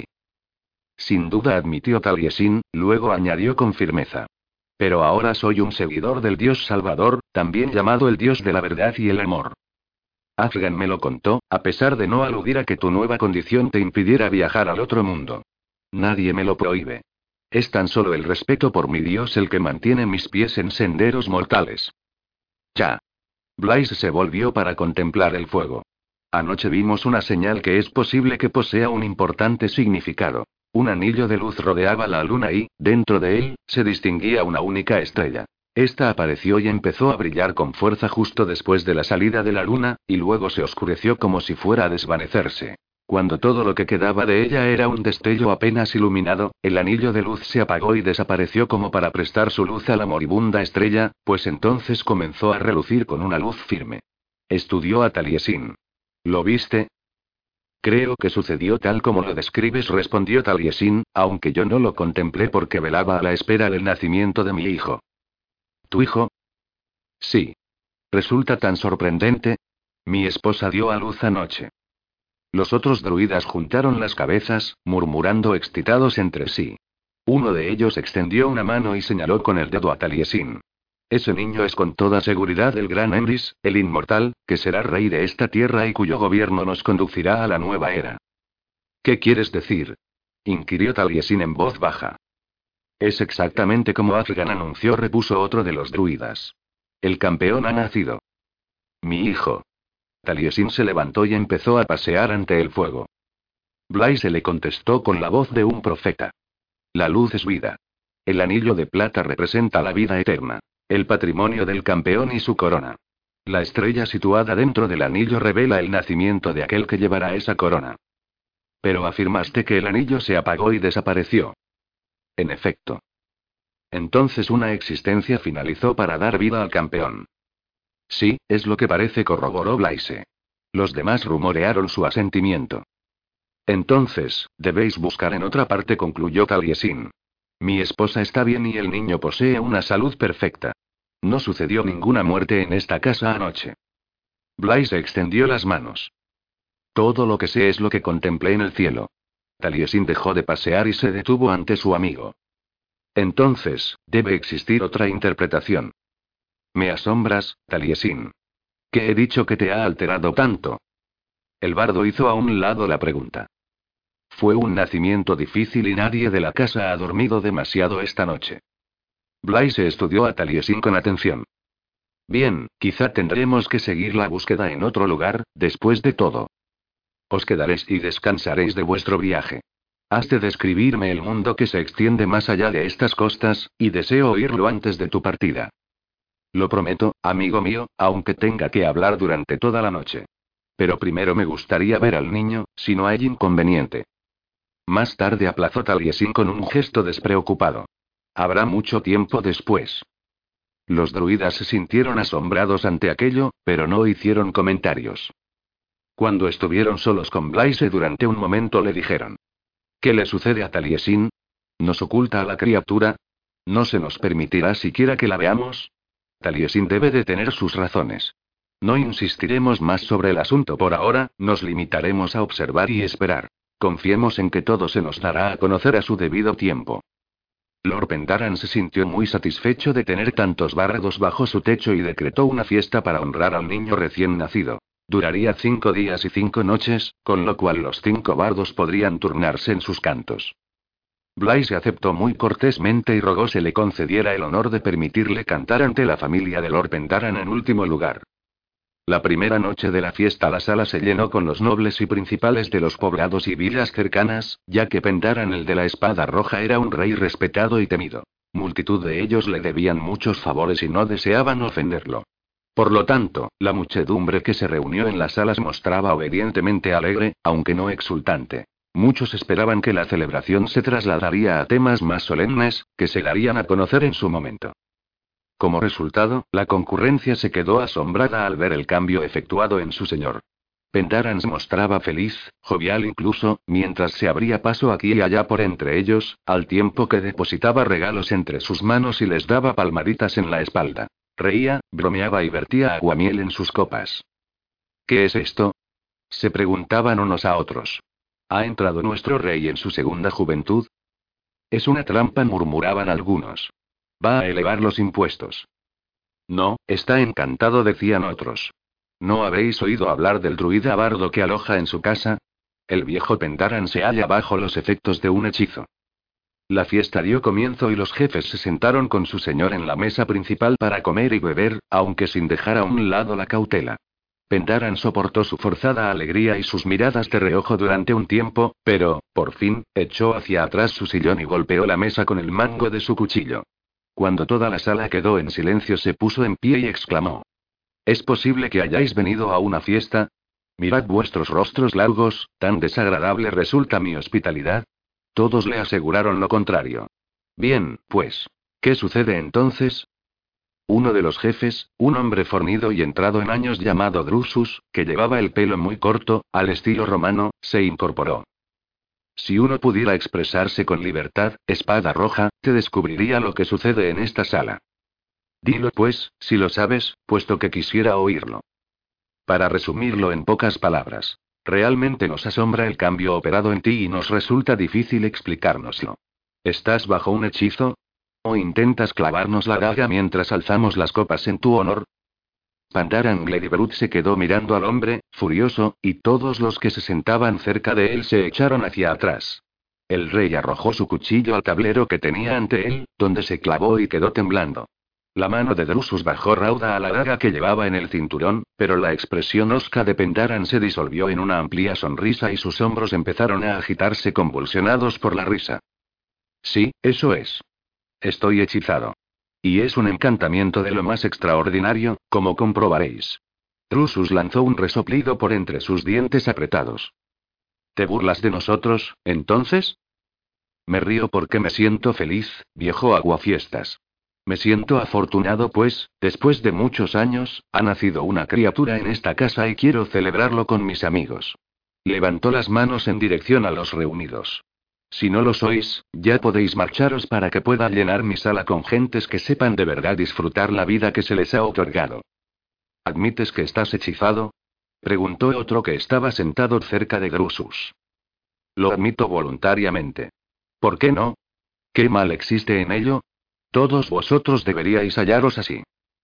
Sin duda, admitió Taliesin, luego añadió con firmeza. Pero ahora soy un seguidor del Dios Salvador, también llamado el Dios de la verdad y el amor. Afgan me lo contó, a pesar de no aludir a que tu nueva condición te impidiera viajar al otro mundo. Nadie me lo prohíbe. Es tan solo el respeto por mi Dios el que mantiene mis pies en senderos mortales. Ya. Blaise se volvió para contemplar el fuego. Anoche vimos una señal que es posible que posea un importante significado. Un anillo de luz rodeaba la luna y, dentro de él, se distinguía una única estrella. Esta apareció y empezó a brillar con fuerza justo después de la salida de la luna, y luego se oscureció como si fuera a desvanecerse. Cuando todo lo que quedaba de ella era un destello apenas iluminado, el anillo de luz se apagó y desapareció como para prestar su luz a la moribunda estrella, pues entonces comenzó a relucir con una luz firme. Estudió a Taliesin. ¿Lo viste? Creo que sucedió tal como lo describes, respondió Taliesin, aunque yo no lo contemplé porque velaba a la espera del nacimiento de mi hijo. ¿Tu hijo? Sí. ¿Resulta tan sorprendente? Mi esposa dio a luz anoche. Los otros druidas juntaron las cabezas, murmurando excitados entre sí. Uno de ellos extendió una mano y señaló con el dedo a Taliesin. Ese niño es con toda seguridad el gran Emrys, el inmortal, que será rey de esta tierra y cuyo gobierno nos conducirá a la nueva era. ¿Qué quieres decir? Inquirió Taliesin en voz baja. Es exactamente como Afgan anunció, repuso otro de los druidas. El campeón ha nacido. Mi hijo. Taliesin se levantó y empezó a pasear ante el fuego. Blaise le contestó con la voz de un profeta. La luz es vida. El anillo de plata representa la vida eterna. El patrimonio del campeón y su corona. La estrella situada dentro del anillo revela el nacimiento de aquel que llevará esa corona. Pero afirmaste que el anillo se apagó y desapareció. En efecto. Entonces una existencia finalizó para dar vida al campeón. Sí, es lo que parece, corroboró Blaise. Los demás rumorearon su asentimiento. Entonces, debéis buscar en otra parte, concluyó Taliesin. Mi esposa está bien y el niño posee una salud perfecta. No sucedió ninguna muerte en esta casa anoche. Blaise extendió las manos. Todo lo que sé es lo que contemplé en el cielo. Taliesin dejó de pasear y se detuvo ante su amigo. Entonces, debe existir otra interpretación. Me asombras, Taliesin. ¿Qué he dicho que te ha alterado tanto? El bardo hizo a un lado la pregunta. Fue un nacimiento difícil y nadie de la casa ha dormido demasiado esta noche. Blaise estudió a Taliesin con atención. Bien, quizá tendremos que seguir la búsqueda en otro lugar, después de todo. Os quedaréis y descansaréis de vuestro viaje. Has de describirme el mundo que se extiende más allá de estas costas, y deseo oírlo antes de tu partida. Lo prometo, amigo mío, aunque tenga que hablar durante toda la noche. Pero primero me gustaría ver al niño, si no hay inconveniente. Más tarde aplazó Taliesin con un gesto despreocupado. Habrá mucho tiempo después. Los druidas se sintieron asombrados ante aquello, pero no hicieron comentarios. Cuando estuvieron solos con Blaise durante un momento le dijeron. ¿Qué le sucede a Taliesin? ¿Nos oculta a la criatura? ¿No se nos permitirá siquiera que la veamos? Taliesin debe de tener sus razones. No insistiremos más sobre el asunto por ahora, nos limitaremos a observar y esperar. Confiemos en que todo se nos dará a conocer a su debido tiempo. Lord Pendarran se sintió muy satisfecho de tener tantos bardos bajo su techo y decretó una fiesta para honrar al niño recién nacido. Duraría 5 días y 5 noches, con lo cual los 5 bardos podrían turnarse en sus cantos. Blaise aceptó muy cortésmente y rogó se le concediera el honor de permitirle cantar ante la familia de Lord Pendarran en último lugar. La primera noche de la fiesta la sala se llenó con los nobles y principales de los poblados y villas cercanas, ya que Pendarran el de la espada roja era un rey respetado y temido. Multitud de ellos le debían muchos favores y no deseaban ofenderlo. Por lo tanto, la muchedumbre que se reunió en las salas mostraba obedientemente alegre, aunque no exultante. Muchos esperaban que la celebración se trasladaría a temas más solemnes, que se darían a conocer en su momento. Como resultado, la concurrencia se quedó asombrada al ver el cambio efectuado en su señor. Pendarran se mostraba feliz, jovial incluso, mientras se abría paso aquí y allá por entre ellos, al tiempo que depositaba regalos entre sus manos y les daba palmaditas en la espalda. Reía, bromeaba y vertía aguamiel en sus copas. ¿Qué es esto? Se preguntaban unos a otros. ¿Ha entrado nuestro rey en su segunda juventud? Es una trampa, murmuraban algunos. Va a elevar los impuestos. No, está encantado, decían otros. ¿No habéis oído hablar del druida bardo que aloja en su casa? El viejo Pendarran se halla bajo los efectos de un hechizo. La fiesta dio comienzo y los jefes se sentaron con su señor en la mesa principal para comer y beber, aunque sin dejar a un lado la cautela. Pendarran soportó su forzada alegría y sus miradas de reojo durante un tiempo, pero, por fin, echó hacia atrás su sillón y golpeó la mesa con el mango de su cuchillo. Cuando toda la sala quedó en silencio se puso en pie y exclamó. ¿Es posible que hayáis venido a una fiesta? Mirad vuestros rostros largos, tan desagradable resulta mi hospitalidad. Todos le aseguraron lo contrario. Bien, pues. ¿Qué sucede entonces? Uno de los jefes, un hombre fornido y entrado en años llamado Drusus, que llevaba el pelo muy corto, al estilo romano, se incorporó. Si uno pudiera expresarse con libertad, espada roja, te descubriría lo que sucede en esta sala. Dilo pues, si lo sabes, puesto que quisiera oírlo. Para resumirlo en pocas palabras, realmente nos asombra el cambio operado en ti y nos resulta difícil explicárnoslo. ¿Estás bajo un hechizo? ¿O intentas clavarnos la daga mientras alzamos las copas en tu honor? Pendarran Gledibrut se quedó mirando al hombre, furioso, y todos los que se sentaban cerca de él se echaron hacia atrás. El rey arrojó su cuchillo al tablero que tenía ante él, donde se clavó y quedó temblando. La mano de Drusus bajó rauda a la daga que llevaba en el cinturón, pero la expresión hosca de Pendarran se disolvió en una amplia sonrisa y sus hombros empezaron a agitarse convulsionados por la risa. Sí, eso es. Estoy hechizado. Y es un encantamiento de lo más extraordinario, como comprobaréis. Drusus lanzó un resoplido por entre sus dientes apretados. ¿Te burlas de nosotros, entonces? Me río porque me siento feliz, viejo aguafiestas. Me siento afortunado pues, después de muchos años, ha nacido una criatura en esta casa y quiero celebrarlo con mis amigos. Levantó las manos en dirección a los reunidos. Si no lo sois, ya podéis marcharos para que pueda llenar mi sala con gentes que sepan de verdad disfrutar la vida que se les ha otorgado. ¿Admites que estás hechizado? Preguntó otro que estaba sentado cerca de Drusus. Lo admito voluntariamente. ¿Por qué no? ¿Qué mal existe en ello? Todos vosotros deberíais hallaros así.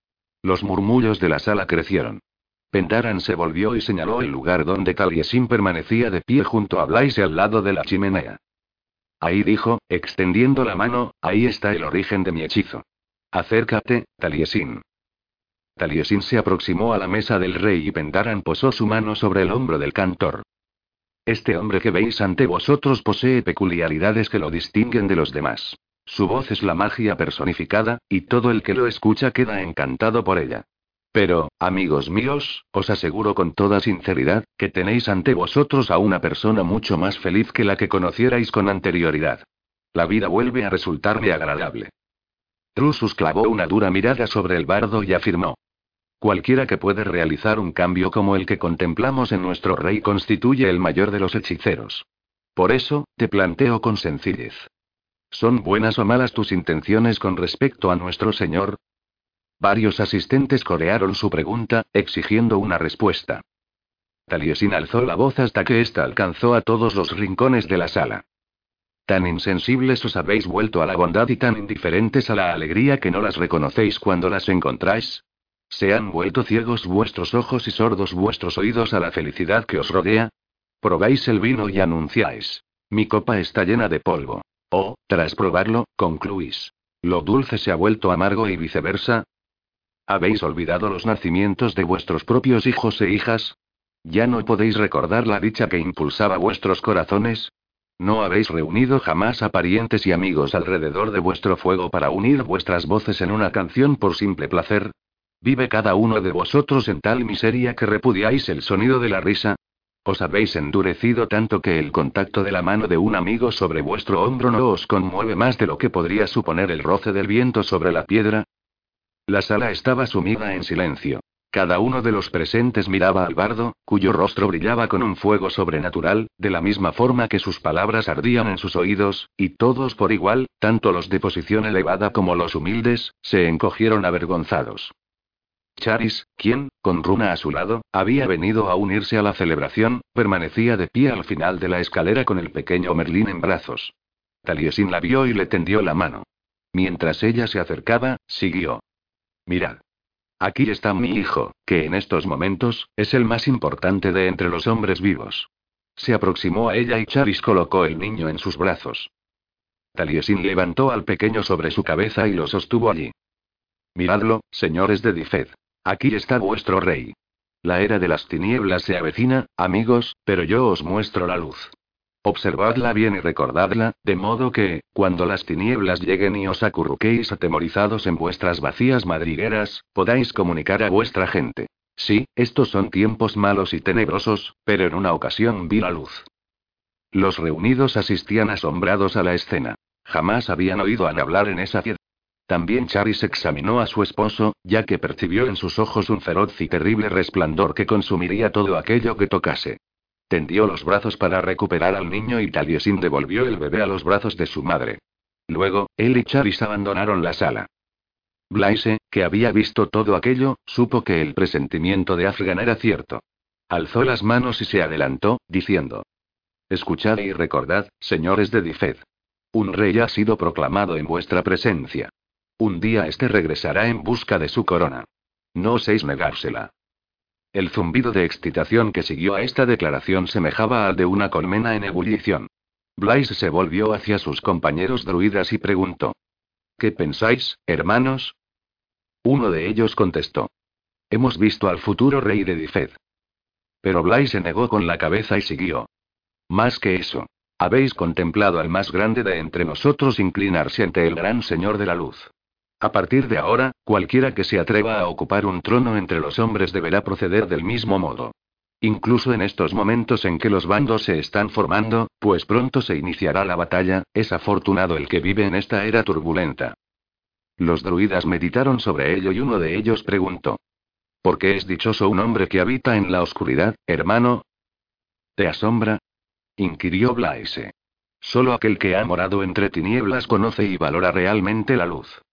Los murmullos de la sala crecieron. Pendarran se volvió y señaló el lugar donde Taliesin permanecía de pie junto a Blaise al lado de la chimenea. Ahí dijo, extendiendo la mano, ahí está el origen de mi hechizo. Acércate, Taliesin. Taliesin se aproximó a la mesa del rey y Pendarran posó su mano sobre el hombro del cantor. Este hombre que veis ante vosotros posee peculiaridades que lo distinguen de los demás. Su voz es la magia personificada, y todo el que lo escucha queda encantado por ella. Pero, amigos míos, os aseguro con toda sinceridad, que tenéis ante vosotros a una persona mucho más feliz que la que conocierais con anterioridad. La vida vuelve a resultarme agradable. Drusus clavó una dura mirada sobre el bardo y afirmó. Cualquiera que puede realizar un cambio como el que contemplamos en nuestro rey constituye el mayor de los hechiceros. Por eso, te planteo con sencillez. ¿Son buenas o malas tus intenciones con respecto a nuestro Señor? Varios asistentes corearon su pregunta, exigiendo una respuesta. Taliesin alzó la voz hasta que ésta alcanzó a todos los rincones de la sala. Tan insensibles os habéis vuelto a la bondad y tan indiferentes a la alegría que no las reconocéis cuando las encontráis. ¿Se han vuelto ciegos vuestros ojos y sordos vuestros oídos a la felicidad que os rodea? Probáis el vino y anunciáis: mi copa está llena de polvo. O, tras probarlo, concluís: lo dulce se ha vuelto amargo y viceversa. ¿Habéis olvidado los nacimientos de vuestros propios hijos e hijas? ¿Ya no podéis recordar la dicha que impulsaba vuestros corazones? ¿No habéis reunido jamás a parientes y amigos alrededor de vuestro fuego para unir vuestras voces en una canción por simple placer? ¿Vive cada uno de vosotros en tal miseria que repudiáis el sonido de la risa? ¿Os habéis endurecido tanto que el contacto de la mano de un amigo sobre vuestro hombro no os conmueve más de lo que podría suponer el roce del viento sobre la piedra? La sala estaba sumida en silencio. Cada uno de los presentes miraba al bardo, cuyo rostro brillaba con un fuego sobrenatural, de la misma forma que sus palabras ardían en sus oídos, y todos por igual, tanto los de posición elevada como los humildes, se encogieron avergonzados. Charis, quien, con Runa a su lado, había venido a unirse a la celebración, permanecía de pie al final de la escalera con el pequeño Merlín en brazos. Taliesin la vio y le tendió la mano. Mientras ella se acercaba, siguió. Mirad. Aquí está mi hijo, que en estos momentos, es el más importante de entre los hombres vivos. Se aproximó a ella y Charis colocó el niño en sus brazos. Taliesin levantó al pequeño sobre su cabeza y lo sostuvo allí. Miradlo, señores de Difed. Aquí está vuestro rey. La era de las tinieblas se avecina, amigos, pero yo os muestro la luz. Observadla bien y recordadla, de modo que, cuando las tinieblas lleguen y os acurruquéis atemorizados en vuestras vacías madrigueras, podáis comunicar a vuestra gente: sí, estos son tiempos malos y tenebrosos, pero en una ocasión vi la luz. Los reunidos asistían asombrados a la escena. Jamás habían oído a hablar en esa piedra. También Charis examinó a su esposo, ya que percibió en sus ojos un feroz y terrible resplandor que consumiría todo aquello que tocase. Tendió los brazos para recuperar al niño y Taliesin devolvió el bebé a los brazos de su madre. Luego, él y Charis abandonaron la sala. Blaise, que había visto todo aquello, supo que el presentimiento de Afgan era cierto. Alzó las manos y se adelantó, diciendo: escuchad y recordad, señores de Difed. Un rey ha sido proclamado en vuestra presencia. Un día este regresará en busca de su corona. No oséis negársela. El zumbido de excitación que siguió a esta declaración semejaba al de una colmena en ebullición. Blaise se volvió hacia sus compañeros druidas y preguntó: ¿qué pensáis, hermanos? Uno de ellos contestó: hemos visto al futuro rey de Difed. Pero Blaise negó con la cabeza y siguió: más que eso. Habéis contemplado al más grande de entre nosotros inclinarse ante el gran Señor de la Luz. A partir de ahora, cualquiera que se atreva a ocupar un trono entre los hombres deberá proceder del mismo modo. Incluso en estos momentos en que los bandos se están formando, pues pronto se iniciará la batalla, es afortunado el que vive en esta era turbulenta. Los druidas meditaron sobre ello y uno de ellos preguntó: ¿por qué es dichoso un hombre que habita en la oscuridad, hermano? ¿Te asombra?, inquirió Blaise. Solo aquel que ha morado entre tinieblas conoce y valora realmente la luz.